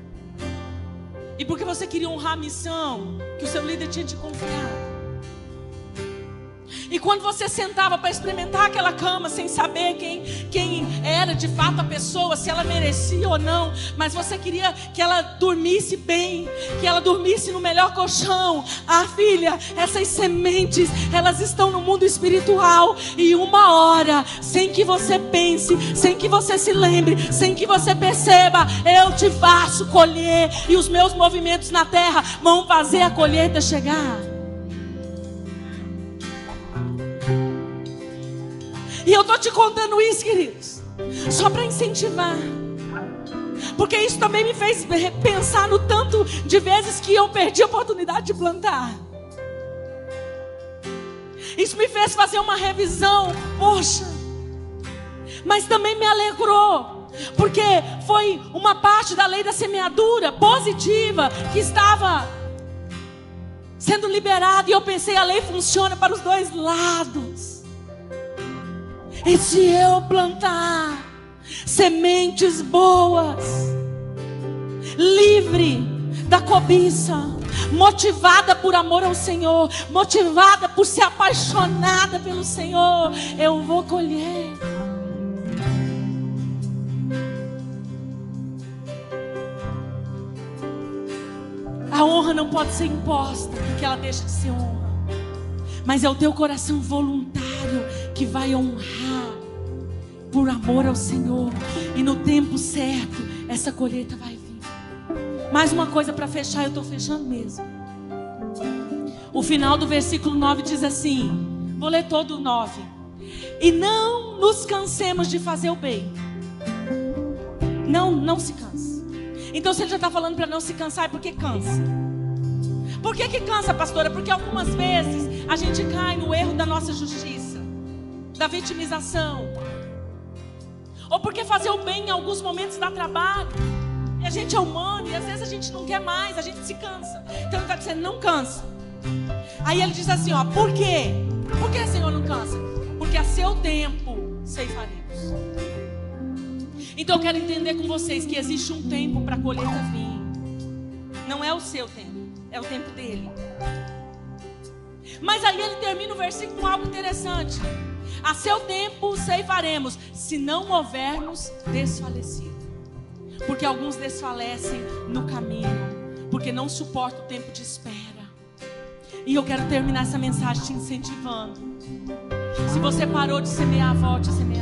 E porque você queria honrar a missão que o seu líder tinha te confiado. E quando você sentava para experimentar aquela cama sem saber quem era de fato a pessoa, se ela merecia ou não, mas você queria que ela dormisse bem, que ela dormisse no melhor colchão. Ah, filha, essas sementes, elas estão no mundo espiritual, e uma hora, sem que você pense, sem que você se lembre, sem que você perceba, eu te faço colher, e os meus movimentos na terra vão fazer a colheita chegar. E eu estou te contando isso, queridos, só para incentivar, porque isso também me fez pensar no tanto de vezes que eu perdi a oportunidade de plantar. Isso me fez fazer uma revisão, poxa, mas também me alegrou, porque foi uma parte da lei da semeadura positiva que estava sendo liberada, e eu pensei, a lei funciona para os dois lados. E se eu plantar sementes boas, livre da cobiça, motivada por amor ao Senhor, motivada por ser apaixonada pelo Senhor, eu vou colher. A honra não pode ser imposta, porque ela deixa de ser honra, mas é o teu coração voluntário que vai honrar por amor ao Senhor, e no tempo certo essa colheita vai vir. Mais uma coisa para fechar, eu estou fechando mesmo. O final do versículo 9 diz assim, vou ler todo o 9: e não nos cansemos de fazer o bem. Não se canse. Então, se ele já está falando para não se cansar, é porque cansa. Por que cansa, pastora? Porque algumas vezes a gente cai no erro da nossa justiça, da vitimização, ou porque fazer o bem em alguns momentos dá trabalho, e a gente é humano, e às vezes a gente não quer mais, a gente se cansa. Então ele está dizendo, não cansa. Aí ele diz assim, ó, por quê? Por que, Senhor, não cansa? Porque a seu tempo ceifaremos. Então eu quero entender com vocês que existe um tempo para a colheita vir. Não é o seu tempo, é o tempo dele. Mas aí ele termina o versículo com algo interessante: a seu tempo ceifaremos, se não houvermos desfalecido. Porque alguns desfalecem no caminho, porque não suportam o tempo de espera. E eu quero terminar essa mensagem te incentivando. Se você parou de semear, volte a semear.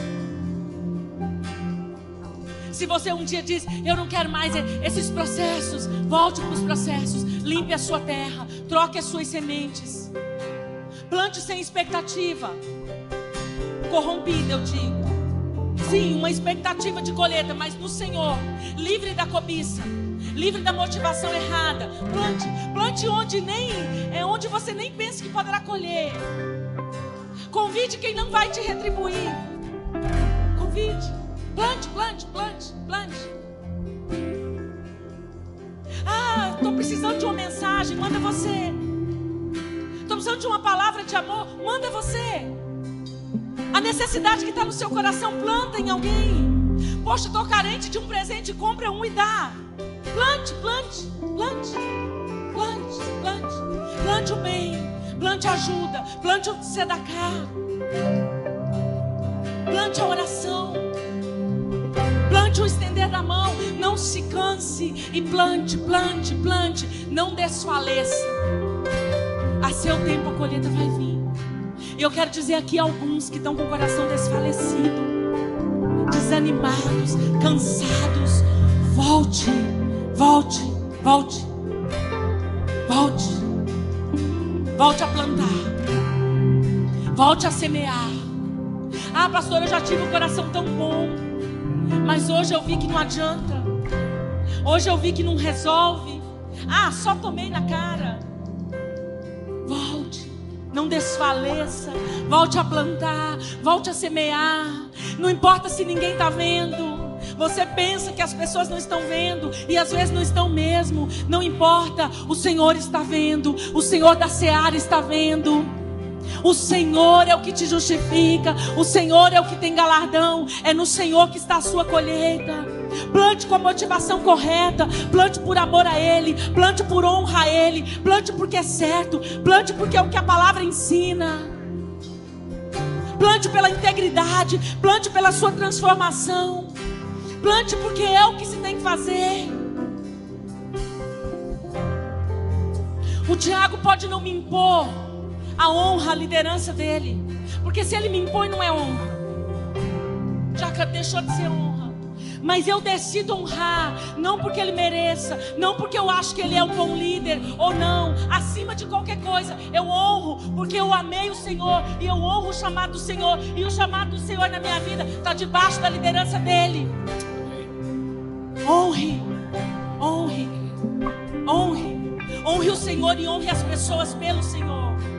Se você um dia diz, eu não quero mais esses processos, volte para os processos. Limpe a sua terra, troque as suas sementes. Plante sem expectativa corrompida, eu digo. Sim, uma expectativa de colheita, mas no Senhor, livre da cobiça, livre da motivação errada. Plante onde você nem pensa que poderá colher. Convide quem não vai te retribuir. Convide. Plante. Ah, estou precisando de uma mensagem, manda você. Estou precisando de uma palavra de amor, manda você. A necessidade que está no seu coração, planta em alguém. Poxa, estou carente de um presente, compra um e dá. Plante o bem, plante a ajuda, plante o sedacá, plante a oração, plante o estender da mão. Não se canse e plante, não desfaleça. A seu tempo a colheita vai vir. E eu quero dizer aqui a alguns que estão com o coração desfalecido, desanimados, cansados: volte a plantar, volte a semear. Ah, pastor, eu já tive um coração tão bom, mas hoje eu vi que não adianta, hoje eu vi que não resolve. Ah, só tomei na cara. Volte, não desfaleça, volte a plantar, volte a semear. Não importa se ninguém está vendo. Você pensa que as pessoas não estão vendo, e às vezes não estão mesmo. Não importa, o Senhor está vendo. O Senhor da seara está vendo. O Senhor é o que te justifica. O Senhor é o que tem galardão. É no Senhor que está a sua colheita. Plante com a motivação correta. Plante por amor a Ele. Plante por honra a Ele. Plante porque é certo. Plante porque é o que a palavra ensina. Plante pela integridade, plante pela sua transformação. Plante porque é o que se tem que fazer. O Tiago pode não me impor a honra, a liderança dele, porque se ele me impõe não é honra, já deixou de ser honra. Mas eu decido honrar, não porque ele mereça, não porque eu acho que ele é um bom líder ou não, acima de qualquer coisa, eu honro porque eu amei o Senhor e eu honro o chamado do Senhor, e o chamado do Senhor na minha vida está debaixo da liderança dele. Honre, honre, honre, honre o Senhor e honre as pessoas pelo Senhor.